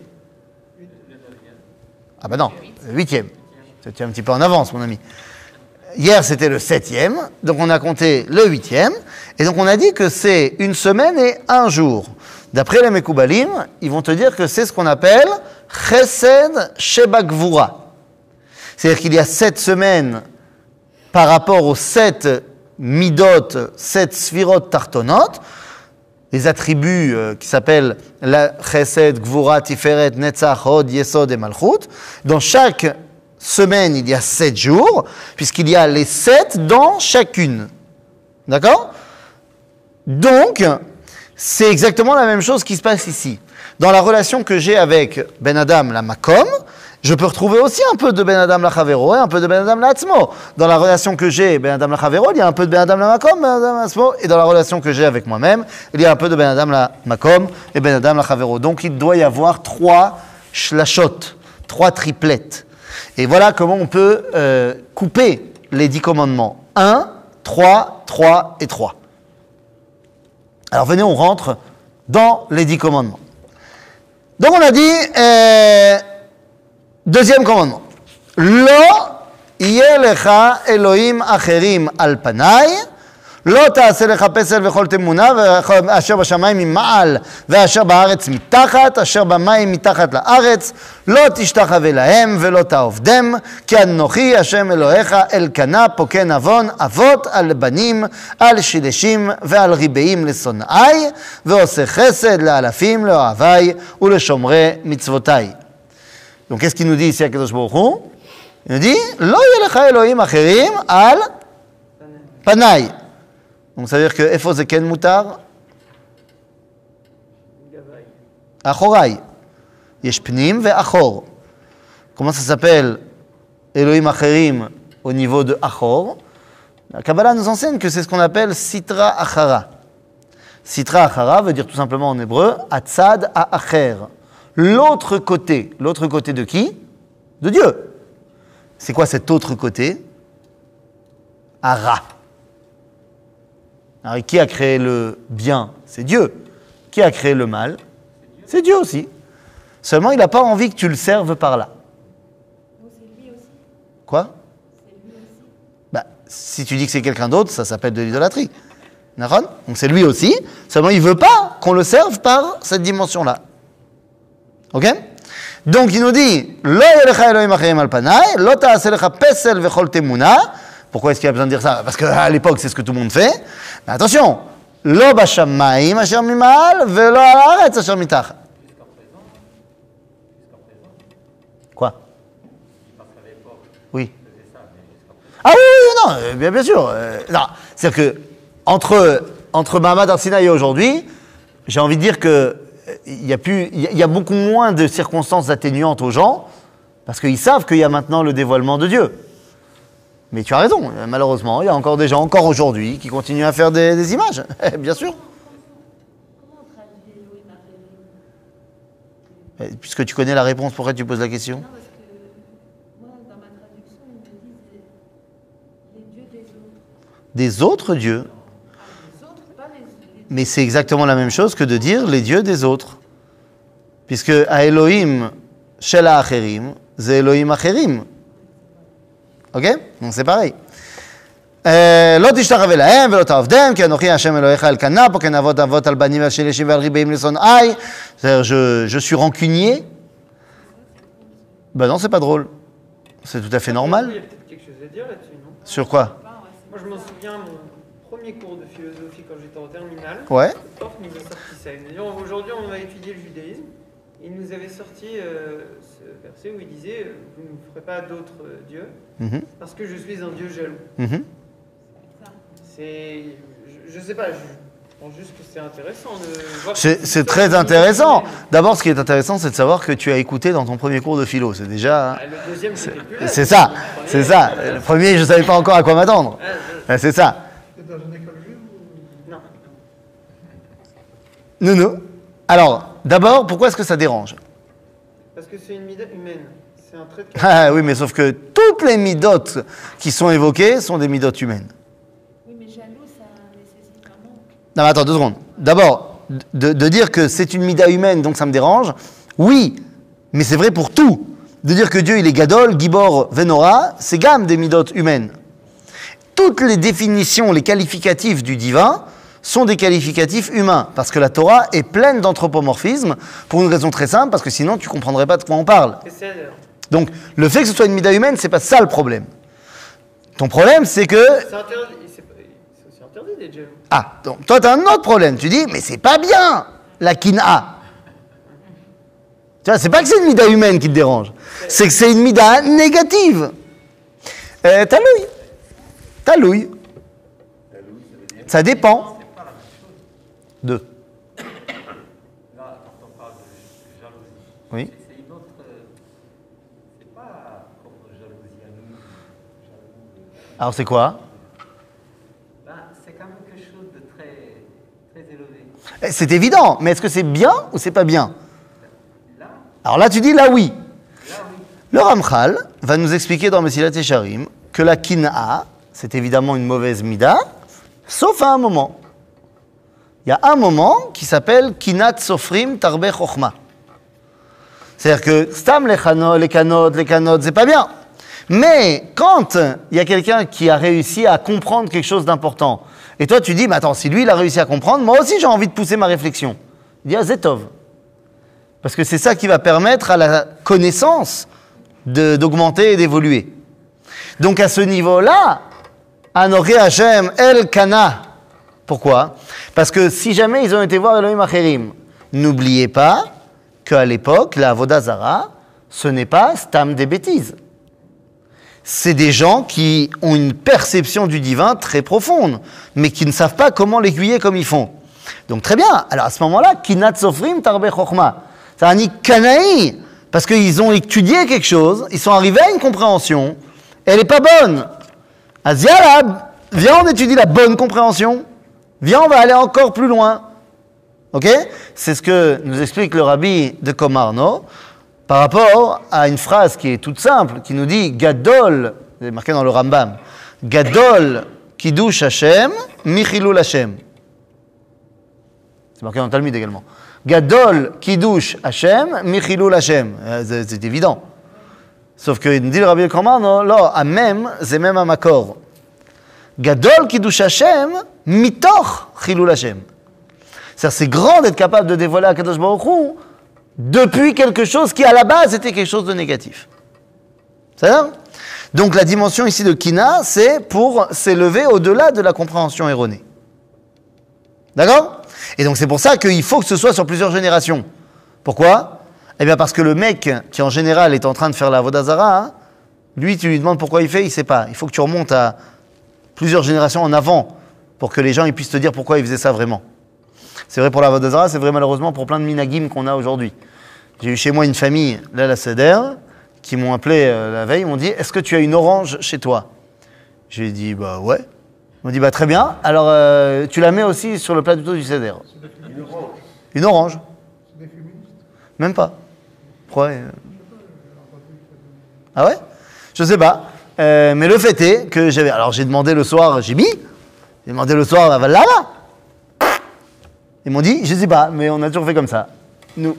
Ah ben non, le huitième. C'était un petit peu en avance, mon ami. Hier, c'était le septième, donc on a compté le huitième, et donc on a dit que c'est une semaine et un jour. D'après les Mekoubalim, ils vont te dire que c'est ce qu'on appelle Chesed Sheba Gvura. C'est-à-dire qu'il y a sept semaines par rapport aux sept midot, sept sphirot tartonot, les attributs euh, qui s'appellent la Chesed, Gvura, Tiferet, Netzach, Hod, Yesod et Malchut. Dans chaque semaine, il y a sept jours, puisqu'il y a les sept dans chacune. D'accord? Donc, c'est exactement la même chose qui se passe ici. Dans la relation que j'ai avec Ben Adam la Makom, je peux retrouver aussi un peu de Ben Adam la Chavero et un peu de Ben Adam la Atzmo. Dans la relation que j'ai Ben Adam la Chavero, il y a un peu de Ben Adam la Makom, Ben Adam la Atzmo. Et dans la relation que j'ai avec moi-même, il y a un peu de Ben Adam la Makom et Ben Adam la Chavero. Donc il doit y avoir trois shlashot, trois triplettes. Et voilà comment on peut euh, couper les dix commandements. un, trois, trois et trois. Alors venez, on rentre dans les dix commandements. Donc on a dit, euh, deuxième commandement. Lo yeh lecha Elohim acherim al panai, lo ta'aseh lecha pesel vechol temuna, asher bashamayim mima'al, ve'asher ba'aretz mitachat, asher b'mayim mitachat la'aretz, lo tishtachave lahem ve'lo ta'ovdem, ki anochi Hashem Elohecha elkana poken avon avot al banim, al shileshim ve'al ribeim lesonai, ve'oseh chesed le'alafim le'ohavai u'leshomrei mitzvotai. Donc, qu'est-ce qu'il nous dit ici à Kadosh Baruch Hu? Il nous dit, Lo yelecha Elohim acherim al panai. Donc ça veut dire que Efo c'est ken mutar? Achorai. Yesh pnim ve achor. Comment ça s'appelle Elohim acherim au niveau de achor? La Kabbalah nous enseigne que c'est ce qu'on appelle sitra achara. Sitra achara veut dire tout simplement en hébreu atzad ha'acher. L'autre côté. L'autre côté de qui? De Dieu. C'est quoi cet autre côté? Ara. Alors, qui a créé le bien? C'est Dieu. Qui a créé le mal? C'est Dieu aussi. Seulement, il n'a pas envie que tu le serves par là. C'est lui aussi. Quoi? C'est lui aussi. Bah, si tu dis que c'est quelqu'un d'autre, ça s'appelle de l'idolâtrie. D'accord? Donc c'est lui aussi. Seulement, il ne veut pas qu'on le serve par cette dimension-là. Ok? Donc, il nous dit Lo yelecha Elohim acherim al panai, lo ta'aseh lecha pesel vechol temuna. Pourquoi est-ce qu'il y a besoin de dire ça? Parce qu'à l'époque, c'est ce que tout le monde fait. Mais attention, Lo bashamayim asher mimal, velo al haaretz asher mitach. Quoi? Oui. Ah oui, oui, non, euh, bien, bien sûr. Euh, non, c'est-à-dire que entre, entre Mahamad Arsina et aujourd'hui, j'ai envie de dire que il y a plus, il y a- il y a beaucoup moins de circonstances atténuantes aux gens, parce qu'ils savent qu'il y a maintenant le dévoilement de Dieu. Mais tu as raison, euh, malheureusement, il y a encore des gens, encore aujourd'hui, qui continuent à faire des, des images, bien sûr. Comment on traduit Elohim acherim? Euh, Puisque tu connais la réponse, pourquoi tu poses la question? Non, parce que moi, dans ma traduction, ils me disent les, les dieux des autres. Des autres dieux. Ah, les autres, pas les, les Mais c'est exactement la même chose que de dire les dieux des autres. Puisque à Elohim, shel ha'acherim, c'est Elohim acherim. Ok? Donc c'est pareil. Euh, לא תשתחווה להם ולא תעבדם, כי אנוכי השם אלוהיך אלקנה, פה כן אבות אבות על בנים ועל שלישים ועל ריבעים לשונאי. C'est-à-dire, je, je suis rancunier. Ben non, c'est pas drôle. C'est tout à fait Il y normal. a peut-être quelque chose à dire là-dessus, non? Sur quoi? Moi, je m'en souviens, mon premier cours de philosophie quand j'étais en terminale, Ouais. le prof nous a sorti ça. Il nous dit, aujourd'hui, on va étudier le judaïsme. Il nous avait sorti euh, ce verset où il disait, euh, vous ne ferez pas d'autres euh, dieux, Mhm, parce que je suis un dieu jaloux. mhm. C'est, je, je sais pas, je pense juste que c'est intéressant de voir. C'est que- c'est très intéressant. D'abord, ce qui est intéressant, c'est de savoir que tu as écouté dans ton premier cours de philo. C'est déjà... hein. Ah, le deuxième, c'était plus là. C'est ça, c'est ça. Le premier, je ne savais pas encore à quoi m'attendre. Ah, je- Ah, c'est ça. C'est dans une école juive ou... Non. Nounou. Alors, d'abord, pourquoi est-ce que ça dérange? Parce que c'est une mida humaine. C'est un trait de caractère. Ah oui, mais sauf que toutes les midotes qui sont évoquées sont des midotes humaines. Oui, mais jaloux, ça nécessite un manque. Non, mais attends, deux secondes. D'abord, de, de dire que c'est une mida humaine, donc ça me dérange, oui, mais c'est vrai pour tout. De dire que Dieu, il est Gadol, Gibor, Venora, c'est gamme des midotes humaines. Toutes les définitions, les qualificatifs du divin sont des qualificatifs humains, parce que la Torah est pleine d'anthropomorphisme, pour une raison très simple, parce que sinon tu ne comprendrais pas de quoi on parle. Et c'est alors. Donc, le fait que ce soit une mida humaine, c'est pas ça le problème. Ton problème, c'est que... C'est interdit. C'est pas- c'est aussi interdit d'être jaloux. Ah, donc toi, tu as un autre problème. Tu dis, mais c'est pas bien, la kina. Tu vois, c'est pas que c'est une mida humaine qui te dérange. C'est que c'est une mida négative. Euh, talouille. Talouille. Ça dépend. De. Là, quand on parle de jalousie, Oui. c'est c'est une autre. euh, C'est pas comme jalousie à nous. Jaloux, Alors c'est quoi? ben, c'est quand même quelque chose de très, très élevé. Eh, C'est évident, mais est-ce que c'est bien ou c'est pas bien? Là, Alors là, tu dis là oui. là oui. Le Ramchal va nous expliquer dans Mesilat Yesharim que la kina, c'est évidemment une mauvaise mida, sauf à un moment. Il y a un moment qui s'appelle kinat sofrim tarbe chokhma. C'est-à-dire que stam les chanot, les kanot, les kanot, c'est pas bien. Mais quand il y a quelqu'un qui a réussi à comprendre quelque chose d'important, et toi tu dis, mais attends, si lui il a réussi à comprendre, moi aussi j'ai envie de pousser ma réflexion. Il dit, ah, Zetov. Parce que c'est ça qui va permettre à la connaissance de- d'augmenter et d'évoluer. Donc à ce niveau-là, Anochi Hashem El Kana. Pourquoi? Parce que si jamais ils ont été voir Elohim Acherim, n'oubliez pas qu'à l'époque, la Avodah Zara, ce n'est pas stam des bêtises. c'est des gens qui ont une perception du divin très profonde, mais qui ne savent pas comment l'aiguiller comme ils font. Donc très bien, alors à ce moment-là, Kinat Sofrim Tarbe Chochma, c'est un Kanaï, parce qu'ils ont étudié quelque chose, ils sont arrivés à une compréhension, elle n'est pas bonne. Aziala, viens on étudie la bonne compréhension, viens on va aller encore plus loin. Ok? C'est ce que nous explique le rabbi de Komarno, par rapport à une phrase qui est toute simple, qui nous dit Gadol, c'est marqué dans le Rambam, Gadol Kiddush Hashem, Michilul Hashem. C'est marqué dans le Talmud également. Gadol Kiddush Hashem, Michilul Hashem. C'est, c'est évident. Sauf que nous dit le Rabbi Komarno, non, à même, c'est même un makor. Gadol Kiddush Hashem, Mitoch Chilul Hashem. C'est-à-dire, c'est grand d'être capable de dévoiler à Kadosh Baruch Hu depuis quelque chose qui, à la base, était quelque chose de négatif. C'est ça? Donc, la dimension ici de Kina, c'est pour s'élever au-delà de la compréhension erronée. D'accord? Et donc, c'est pour ça qu'il faut que ce soit sur plusieurs générations. Pourquoi? Eh bien, parce que le mec qui, en général, est en train de faire la Vodazara, hein, lui, tu lui demandes pourquoi il fait, il ne sait pas. Il faut que tu remontes à plusieurs générations en avant pour que les gens ils puissent te dire pourquoi il faisait ça vraiment. C'est vrai pour la Vodazara, c'est vrai malheureusement pour plein de minagim qu'on a aujourd'hui. J'ai eu chez moi une famille, là, la Seder, qui m'ont appelé euh, la veille, ils m'ont dit « Est-ce que tu as une orange chez toi ?» J'ai dit « Bah ouais ». Ils m'ont dit « Bah très bien, alors euh, tu la mets aussi sur le plat du tout du Seder. » Une orange. Une orange. C'est des féministes. Même pas. Pourquoi euh... Ah ouais? Je sais pas. Euh, mais le fait est que j'avais... Alors j'ai demandé le soir, j'ai mis. J'ai demandé le soir, bah là, là. Ils m'ont dit, je sais pas, mais on a toujours fait comme ça. Nous.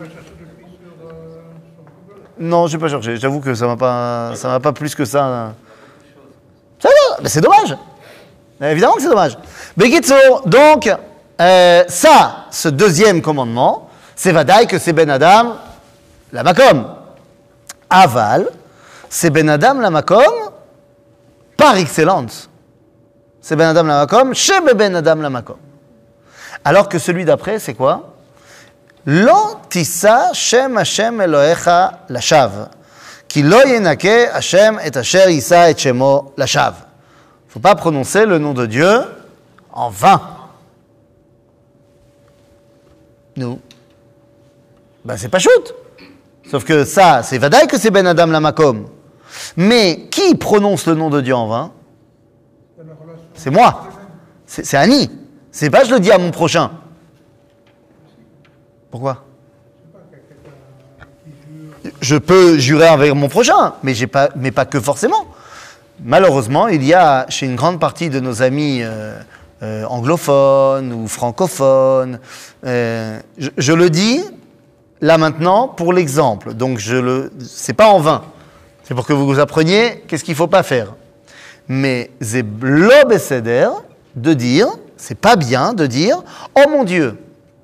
Non, j'ai pas cherché. J'avoue que ça m'a pas, ça m'a pas plus que ça. Ça va, mais c'est dommage. Évidemment que c'est dommage. Bekitsour, donc, euh, ça, ce deuxième commandement, c'est vadaï que c'est Ben Adam, la makom. Aval, c'est Ben Adam, la makom, par excellence. C'est Ben Adam, la makom, chez Ben Adam, la makom. Alors que celui d'après, c'est quoi? Lo tissa Shem Hashem Elohecha lashav. Ki lo yenake Hashem et asher yissa et shemo lashav. Il ne faut pas prononcer le nom de Dieu en vain. Nous. Ben, c'est pas shoot. Sauf que ça, c'est vadaï que c'est Ben Adam la makom. Mais qui prononce le nom de Dieu en vain? C'est moi. C'est, c'est Annie. C'est pas je le dis à mon prochain. Pourquoi? Je peux jurer avec mon prochain, mais, j'ai pas, mais pas que forcément. Malheureusement, il y a chez une grande partie de nos amis euh, euh, anglophones ou francophones, euh, je, je le dis là maintenant pour l'exemple. Donc je le, c'est pas en vain. C'est pour que vous vous appreniez qu'est-ce qu'il ne faut pas faire. Mais c'est l'obécéder de dire, c'est pas bien de dire « Oh mon Dieu !»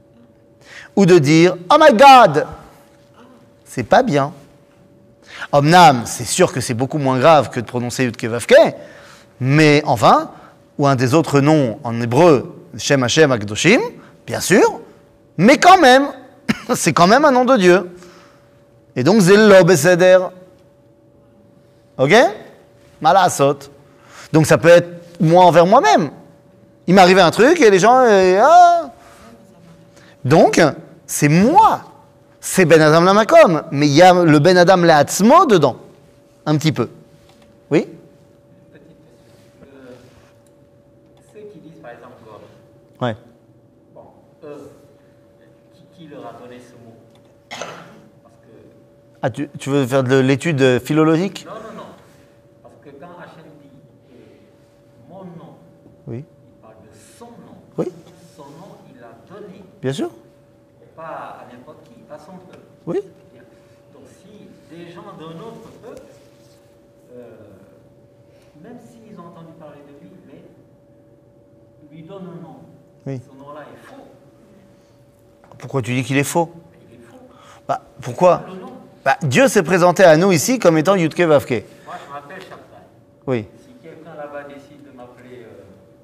ou de dire « Oh my God !» C'est pas bien. Omnam, c'est sûr que c'est beaucoup moins grave que de prononcer Yud Ke Vav Ke, mais enfin, ou un des autres noms en hébreu, Shem Hashem Akdoshim, bien sûr, mais quand même, c'est quand même un nom de Dieu. Et donc, c'est l'obécéder. Ok? Malasot. Donc, ça peut être moi envers moi-même. Il m'est arrivé un truc et les gens... Euh, ah. Donc, c'est moi. C'est Ben Adam la Makom. Mais il y a le Ben Adam la Hatzmo dedans. Un petit peu. Oui? Petite question. Euh, ceux qui disent par exemple God, Ouais. bon, eux, qui, qui leur a donné ce mot? Parce que... Ah, tu, tu veux faire de l'étude philologique? Non, non, non. Parce que quand Hachem dit euh, mon nom, Oui. il parle de son nom. Oui. Son nom, il l'a donné. Bien sûr. Pas à n'importe qui, pas son peuple. Oui. Donc si des gens d'un autre peuple, euh, même s'ils ont entendu parler de lui, mais lui donnent un nom, Oui. ce nom-là est faux, Pourquoi tu dis qu'il est faux? il est faux. Bah, pourquoi? Le nom, Bah, Dieu s'est présenté à nous ici comme étant Yud Ke Vav Ke. moi je m'appelle Shabtai. Oui. Si quelqu'un là-bas décide de m'appeler euh,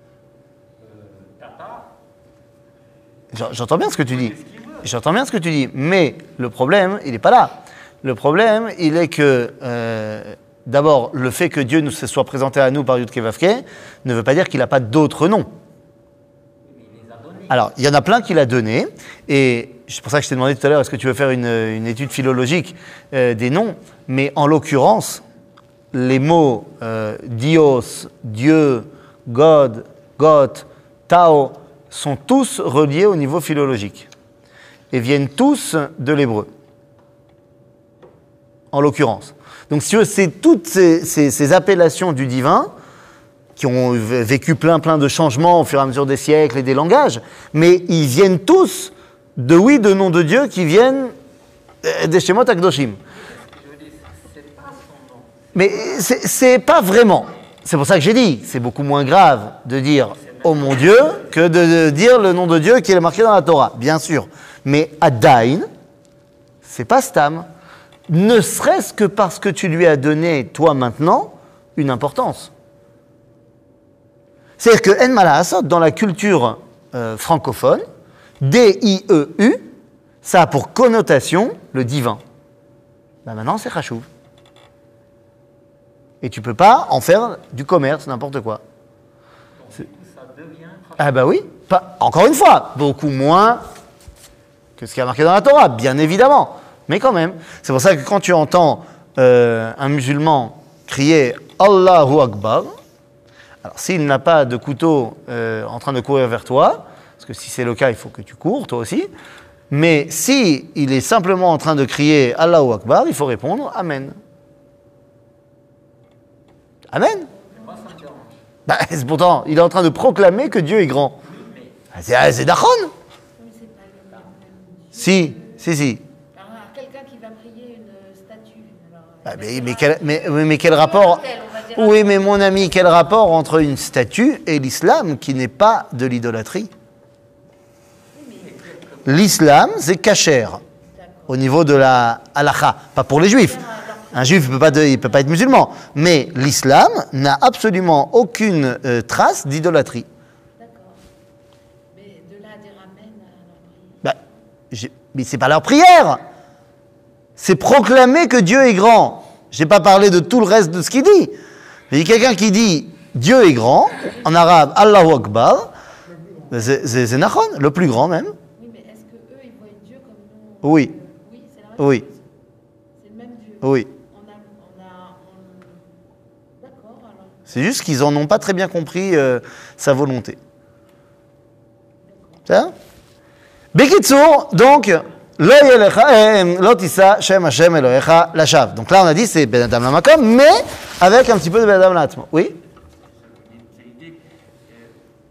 euh, Tata, J'en- J'entends bien ce que tu dis. c'est ce qu'il veut. J'entends bien ce que tu dis. Mais le problème, il n'est pas là. Le problème, il est que euh, d'abord, le fait que Dieu nous se soit présenté à nous par Yud Kei Vav Kei ne veut pas dire qu'il n'a pas d'autres noms. Alors, il y en a plein qu'il a donné, et c'est pour ça que je t'ai demandé tout à l'heure, est-ce que tu veux faire une, une étude philologique euh, des noms, mais en l'occurrence, les mots euh, Dios, Dieu, God, God, Tao, sont tous reliés au niveau philologique, et viennent tous de l'hébreu, en l'occurrence. Donc, si tu veux, c'est toutes ces, ces, ces appellations du divin qui ont vécu plein plein de changements au fur et à mesure des siècles et des langages, mais ils viennent tous de oui, de nom de Dieu, qui viennent des Shemot HaKadoshim. Mais c'est, c'est pas vraiment. C'est pour ça que j'ai dit, c'est beaucoup moins grave de dire « Oh mon Dieu » que de dire le nom de Dieu qui est marqué dans la Torah, bien sûr. Mais Adain, c'est pas Stam. Ne serait-ce que parce que tu lui as donné, toi maintenant, une importance. C'est-à-dire que En Malahasot, dans la culture euh, francophone, D I E U, ça a pour connotation le divin. Ben maintenant, c'est Chashuv. Et tu ne peux pas en faire du commerce, n'importe quoi. Donc, ça devient... Ah ben oui, pas, encore une fois, beaucoup moins que ce qui est marqué dans la Torah, bien évidemment. Mais quand même, c'est pour ça que quand tu entends euh, un musulman crier « Allahu Akbar », alors, s'il n'a pas de couteau euh, en train de courir vers toi, parce que si c'est le cas, il faut que tu cours, toi aussi, mais si il est simplement en train de crier Allahu Akbar, il faut répondre Amen. Amen. Moi, ça me dérange. Bah, c'est pourtant, il est en train de proclamer que Dieu est grand. Ah, c'est, ah, c'est Dachon. Mais c'est pas le même Dieu. Si, si, si. Alors, quelqu'un qui va prier une statue. Alors, Bah, il va mais, dire, mais, ah, quel, mais, mais- mais quel rapport tel, on va dire, Oui, mais mon ami, quel rapport entre une statue et l'islam qui n'est pas de l'idolâtrie? L'islam, c'est kasher, au niveau de la halakha, pas pour les juifs. Un juif ne peut, pas de- il peut pas être musulman. Mais l'islam n'a absolument aucune euh, trace d'idolâtrie. D'accord. Mais de là à dire Amen à leur prière. Bah, j'ai- mais c'est pas leur prière. C'est proclamer que Dieu est grand. Je n'ai pas parlé de tout le reste de ce qu'il dit. Il y a quelqu'un qui dit Dieu est grand, en arabe Allahu Akbar, c'est, c'est, c'est Nachon, le plus grand même. Oui, mais est-ce que eux ils voient Dieu comme nous? Oui. Euh, oui, c'est la même Oui. chose. C'est le même Dieu. Oui. On a, on a, on- D'accord, alors. C'est juste qu'ils n'en ont pas très bien compris euh, sa volonté. C'est ça? Bekitsur, donc, Lo yelecha, eh, lo tissa Shem Hashem Elohecha lashav. Donc là, on a dit c'est Ben Adam Lamakom, mais avec un petit peu de Ben Adam Latzmo. Oui? C'est l'idée, euh,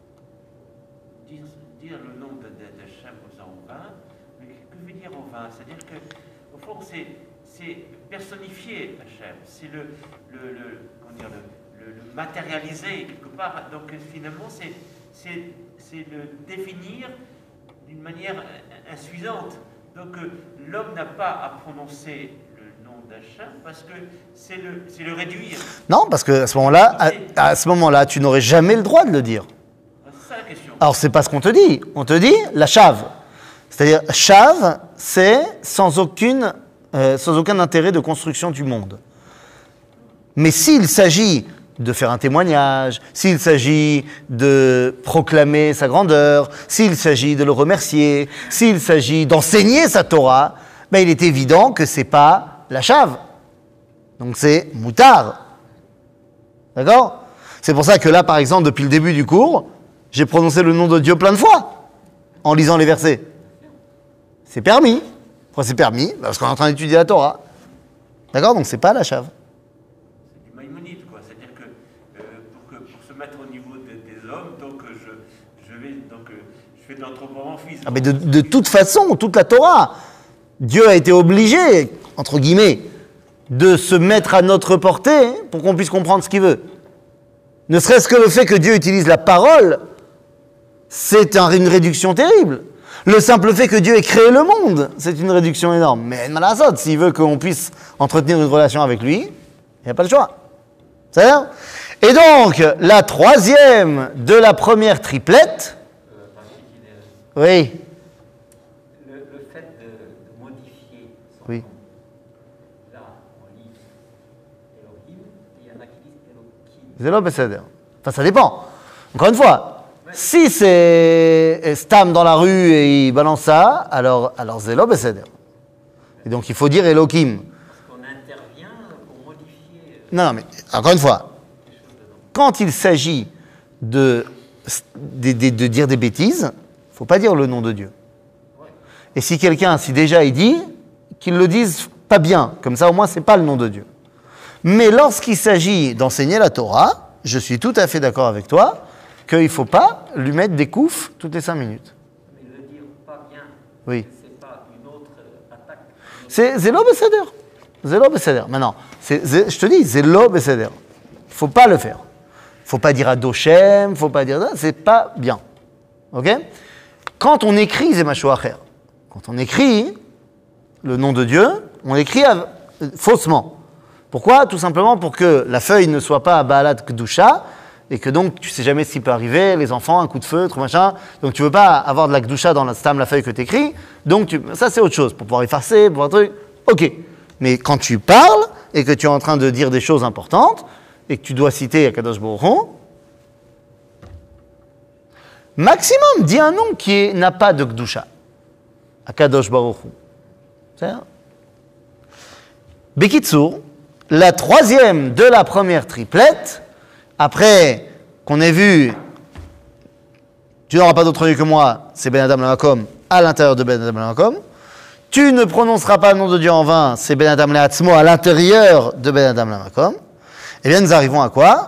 dire, dire le nom de, de, de Hachem comme ça en vain, mais que veut dire en vain? C'est-à-dire que, au fond, c'est, c'est personnifier Hachem, c'est le, le, le, comment dire, le, le, le matérialiser quelque part. Donc finalement, c'est, c'est, c'est le définir d'une manière insuffisante. Donc euh, l'homme n'a pas à prononcer le nom d'Hachem parce que c'est le, c'est le réduire. Non, parce qu'à ce moment-là, à, à ce moment-là, tu n'aurais jamais le droit de le dire. C'est ça la question. Alors, c'est pas ce qu'on te dit. On te dit la chave. C'est-à-dire, chave, c'est sans, aucune, euh, sans aucun intérêt de construction du monde. Mais s'il s'agit de faire un témoignage, s'il s'agit de proclamer sa grandeur, s'il s'agit de le remercier, s'il s'agit d'enseigner sa Torah, ben il est évident que c'est pas la chave. Donc c'est moutard. D'accord? C'est pour ça que là, par exemple, depuis le début du cours, j'ai prononcé le nom de Dieu plein de fois en lisant les versets. C'est permis. Pourquoi c'est permis? Parce qu'on est en train d'étudier la Torah. D'accord? Donc c'est pas la chave. C'est du Maïmonide, quoi. C'est-à-dire que, euh, pour que pour se mettre au niveau des, des hommes, donc euh, je, je vais donc euh, je fais de l'anthropomorphisme. Ah, mais de, de toute façon, toute la Torah, Dieu a été obligé, entre guillemets, de se mettre à notre portée pour qu'on puisse comprendre ce qu'il veut. Ne serait-ce que le fait que Dieu utilise la parole, c'est un- une réduction terrible. Le simple fait que Dieu ait créé le monde, c'est une réduction énorme. Mais Malasot, s'il veut qu'on puisse entretenir une relation avec lui, il n'y a pas le choix. C'est ça? Et donc, la troisième de la première triplette, Euh, Rachid, il est- oui, le, le fait de, de modifier son Oui. nom. Là, on lit Elohim, C'est lo beseder. Enfin, ça dépend. Encore une fois, si c'est Stam dans la rue et il balance ça, alors, alors c'est lo beseder. Et donc il faut dire Elohim. Parce qu'on intervient pour modifier euh, Non, non, mais encore une fois, les choses dedans. quand il s'agit de, de, de- de dire des bêtises, il ne faut pas dire le nom de Dieu. Et si quelqu'un, si déjà il dit, qu'il le dise pas bien, comme ça au moins c'est pas le nom de Dieu. Mais lorsqu'il s'agit d'enseigner la Torah, je suis tout à fait d'accord avec toi qu'il ne faut pas lui mettre des couffes toutes les cinq minutes. Mais le dire pas bien, Oui. c'est pas une autre euh, attaque. C'est Zélo Besséder. Zélo Besséder. Maintenant, c'est- c'est- je te dis, Zélo Besséder. Il ne faut pas le faire. Il ne faut pas dire à Dochem, il ne faut pas dire ça, c'est pas bien. Ok? Quand on écrit Zémacho Acher, quand on écrit le nom de Dieu, on écrit à- euh, faussement. Pourquoi? Tout simplement pour que la feuille ne soit pas à Baalat Kdusha, et que donc tu sais jamais ce qui peut arriver, les enfants, un coup de feu, tout machin. Donc tu veux pas avoir de la Kdusha dans la stam, la feuille que tu écris. Donc tu- ça c'est autre chose, pour pouvoir effacer, pour pouvoir truc. Ok. Mais quand tu parles, et que tu es en train de dire des choses importantes, et que tu dois citer Akadosh Baruch Hu, maximum, dis un nom qui est- n'a pas de Kdusha. Akadosh Baruch Hu. C'est ça? Bekitsour, la troisième de la première triplette, après qu'on ait vu, tu n'auras pas d'autre Dieu que moi, c'est Ben Adam Lamakom, à l'intérieur de Ben Adam Lamakom. Tu ne prononceras pas le nom de Dieu en vain, c'est Ben Adam Leatzmo, à l'intérieur de Ben Adam Lamakom. Eh bien, nous arrivons à quoi?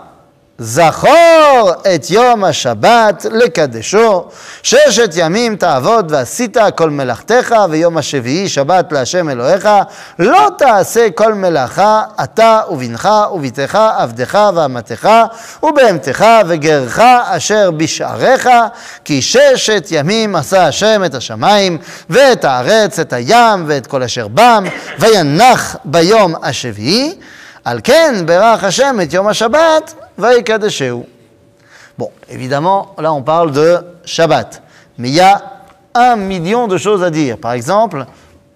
Zachor et Yom HaShabbat lekadesho, sheshet yamim ta'avod v'asita kol melachtecha v'yom HaShevi'i Shabbat laHashem Elohecha lo ta'aseh kol melacha ata uvincha uvitecha avdecha v'amatecha ubehemtecha v'gercha asher bisha'arecha ki sheshet yamim asa Hashem et hashamayim ve'et haaretz et hayam ve'et kol asher bam v'yanach bayom HaShevi'i al ken berach Hashem et Yom HaShabbat v'yikadesheu. Bon, évidemment, là on parle de Shabbat. Mais il y a un million de choses à dire. Par exemple,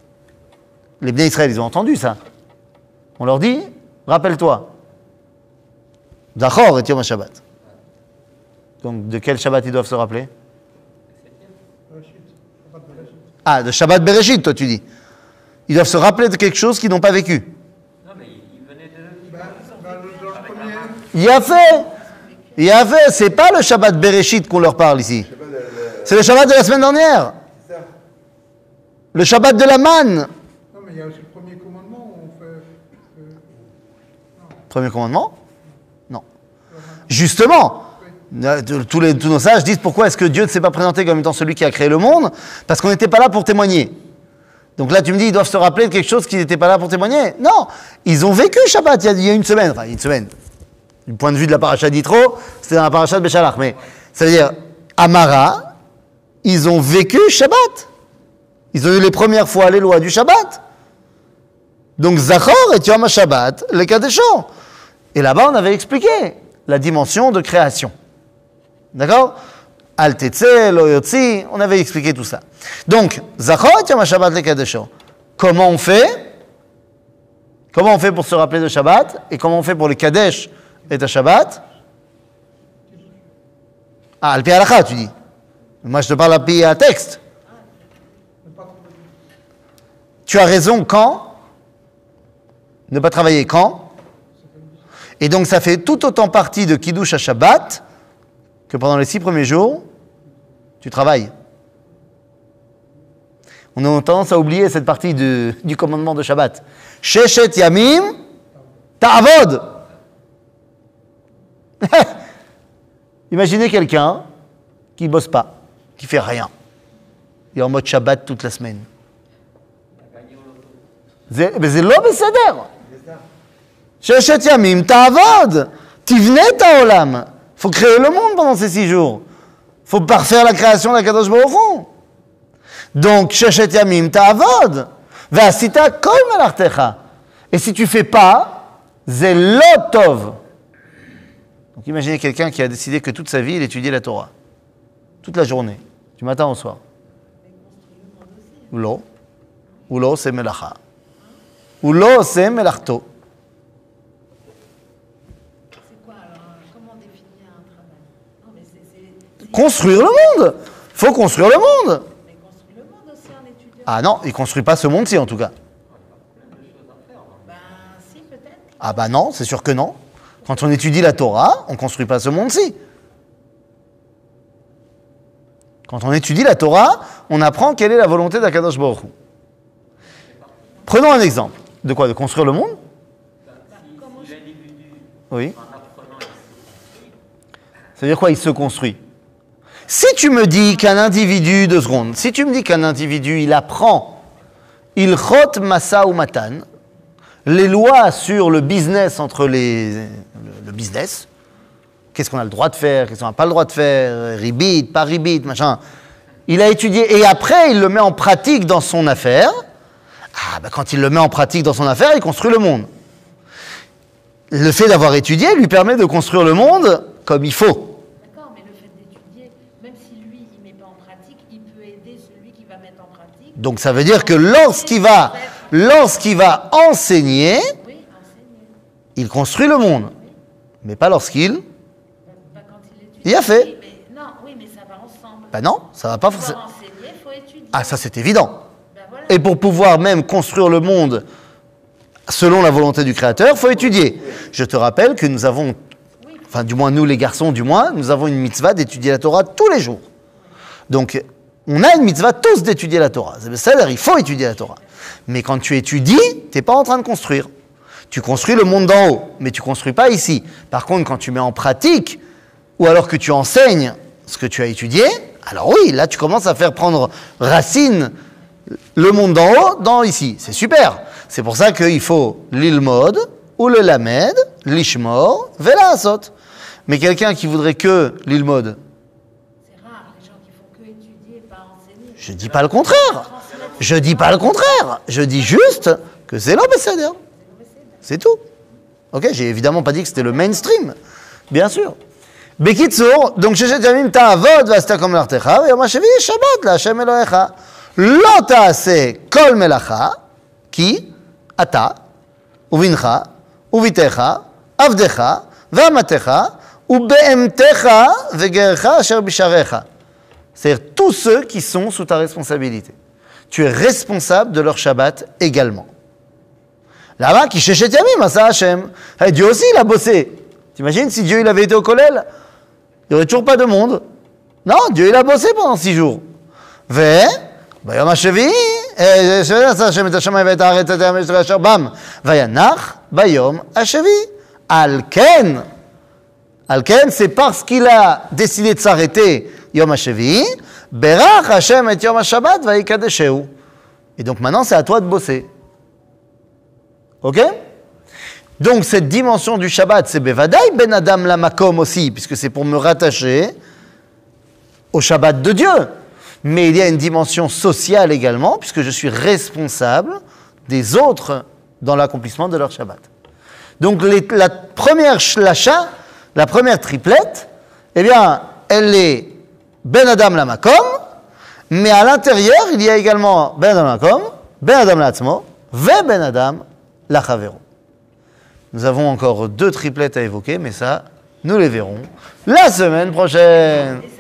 les Bnei Israël, ils ont entendu ça. On leur dit, rappelle-toi, Zachor et Yom HaShabbat. Donc de quel Shabbat ils doivent se rappeler? Bereshit, Shabbat Bereshit. Ah, de Shabbat Bereshit, toi tu dis. Ils doivent se rappeler de quelque chose qu'ils n'ont pas vécu. Non, mais il venait de le Ben, ben, le- dans le premier, Il y a fait, il y a fait, c'est pas le Shabbat Bereshit qu'on leur parle ici. C'est le Shabbat de la semaine dernière. Le Shabbat de la manne. non, mais il y a aussi le premier commandement où on fait. euh, Premier commandement? Non. Justement, euh, tous, les, tous nos sages disent pourquoi est-ce que Dieu ne s'est pas présenté comme étant celui qui a créé le monde? Parce qu'on n'était pas là pour témoigner. Donc là, tu me dis, ils doivent se rappeler de quelque chose qu'ils n'étaient pas là pour témoigner. Non, ils ont vécu Shabbat il y a, il y a une semaine. Enfin, une semaine. Du point de vue de la paracha d'Yitro, c'était dans la paracha de Béchalach. Mais ça veut dire, Amara, ils ont vécu Shabbat. Ils ont eu les premières fois les lois du Shabbat. Donc, Zachor et Yom HaShabbat, les Kadesho. Et là-bas, on avait expliqué la dimension de création. D'accord? Al Tetze, Lo Yotzi, on avait expliqué tout ça. Donc, Zachor et Yom HaShabbat, les Kadesho. Comment on fait? Comment on fait pour se rappeler de Shabbat? Et comment on fait pour les Kadesh et de Shabbat? Ah, Al Pi Halakha, tu dis. Moi, je te parle à Pi à texte. Tu as raison quand? Ne pas travailler quand? Et donc, ça fait tout autant partie de Kiddush à Shabbat que pendant les six premiers jours, tu travailles. On a tendance à oublier cette partie de- du commandement de Shabbat. Sheshet Yamim Ta'avod. Imaginez quelqu'un qui ne bosse pas, qui fait rien. Il est en mode Shabbat toute la semaine. זה וזה לא בסדר. ששת ימים תעבוד, תבנה את העולם. Il faut créer le monde pendant ces six jours. Il faut parfaire la création d'Akadosh Baruch Hu. Donc, ששת ימים תעבוד, ועשית כל מלאכתך. Et si tu fais pas, זה לא טוב. Donc, imaginez quelqu'un qui a décidé que toute sa vie, il étudiait la Torah. Toute la journée, du matin au soir. Ou לא. הוא לא עושה מלאכה. הוא לא עושה מלאכתו. C'est quoi alors Construire le monde. Faut construire le monde. Mais construire le monde aussi en étudiant. Ah non, il construit pas ce monde-ci en tout cas. Ben, si, peut-être. Ah bah non, c'est sûr que non. Quand on étudie la Torah, on construit pas ce monde-ci. Quand on étudie la Torah, on apprend quelle est la volonté d'Akadosh Baruch Hu. Prenons un exemple. De quoi? De construire le monde? Si l'individu, Oui. en apprenant, il se construit, Ça veut dire quoi, il se construit? Si tu me dis qu'un individu, deux secondes, si tu me dis qu'un individu, il apprend, il chot masa ou matan, les lois sur le business entre les, le, le business, qu'est-ce qu'on a le droit de faire, qu'est-ce qu'on n'a pas le droit de faire, ribit, pas ribit, machin, il a étudié, et après, il le met en pratique dans son affaire. Ah, bah quand il le met en pratique dans son affaire, il construit le monde. Le fait d'avoir étudié lui permet de construire le monde comme il faut. D'accord, mais le fait d'étudier, même si lui, il ne met pas en pratique, il peut aider celui qui va mettre en pratique. Donc ça veut dire que lorsqu'il va, lorsqu'il va enseigner, Oui, enseigner. il construit le monde. Mais pas lorsqu'il... Ben, ben, quand il étudie. Il a fait. Oui, mais, non, oui, mais ça va ensemble. Ben non, ça va pas Pour forcément... pouvoir enseigner, il faut étudier. Ah, ça c'est évident. Ben, voilà. Et pour pouvoir même construire le monde selon la volonté du Créateur, il faut étudier. Je te rappelle que nous avons, enfin du moins nous les garçons du moins, nous avons une mitzvah d'étudier la Torah tous les jours. Donc on a une mitzvah tous d'étudier la Torah. C'est-à-dire il faut étudier la Torah. Mais quand tu étudies, tu n'es pas en train de construire. Tu construis le monde d'en haut, mais tu ne construis pas ici. Par contre, quand tu mets en pratique, ou alors que tu enseignes ce que tu as étudié, alors oui, là tu commences à faire prendre racine le monde d'en haut dans ici. C'est super. C'est pour ça qu'il faut l'ilmod, ou le lamed, l'ishmor, velasot. Mais quelqu'un qui voudrait que l'ilmod, C'est rare, les gens qui font que étudier et pas enseigner. je dis pas le contraire. Je dis pas le contraire. Je dis juste que c'est l'ambassadeur. C'est tout. Ok, j'ai évidemment pas dit que c'était le mainstream. Bien sûr. Bekitsur, donc sheshet yamim ta'avod v'asta kol melartecha, v'yom hashavi shabbat la'Hashem Elohecha. Lo ta'aseh kol melacha, ki ata, uvincha, uvitecha, avdecha, v'amatecha, ube'emtecha, ve'gerecha asher bisharecha. C'est-à-dire tous ceux qui sont sous ta responsabilité. Tu es responsable de leur Shabbat également. Là-bas, qui sheshet yamim asa Hashem. Hey, Dieu aussi, il a bossé. T'imagines si Dieu il avait été au kollel, il n'y aurait toujours pas de monde. Non, Dieu il a bossé pendant six jours. Ve, bayom hashavi, Hashem et Hashem et haaretz et hayav et asher bam, vayanach bayom hashavi. Alken, Alken, c'est parce qu'il a décidé de s'arrêter Yom hashavi, berach Hashem et Yom hashabbat vayikadesheu. Et donc maintenant c'est à toi de bosser. Ok? Donc cette dimension du Shabbat, c'est Bevadaï Ben Adam la Makom aussi, puisque c'est pour me rattacher au Shabbat de Dieu. Mais il y a une dimension sociale également, puisque je suis responsable des autres dans l'accomplissement de leur Shabbat. Donc les, la première shlacha, la première triplette, eh bien, elle est Ben Adam la Makom, mais à l'intérieur, il y a également Ben Adam la Makom, Ben Adam la Atzmo, Ve Ben Adam la Chavero. Nous avons encore deux triplettes à évoquer, mais ça, nous les verrons la semaine prochaine.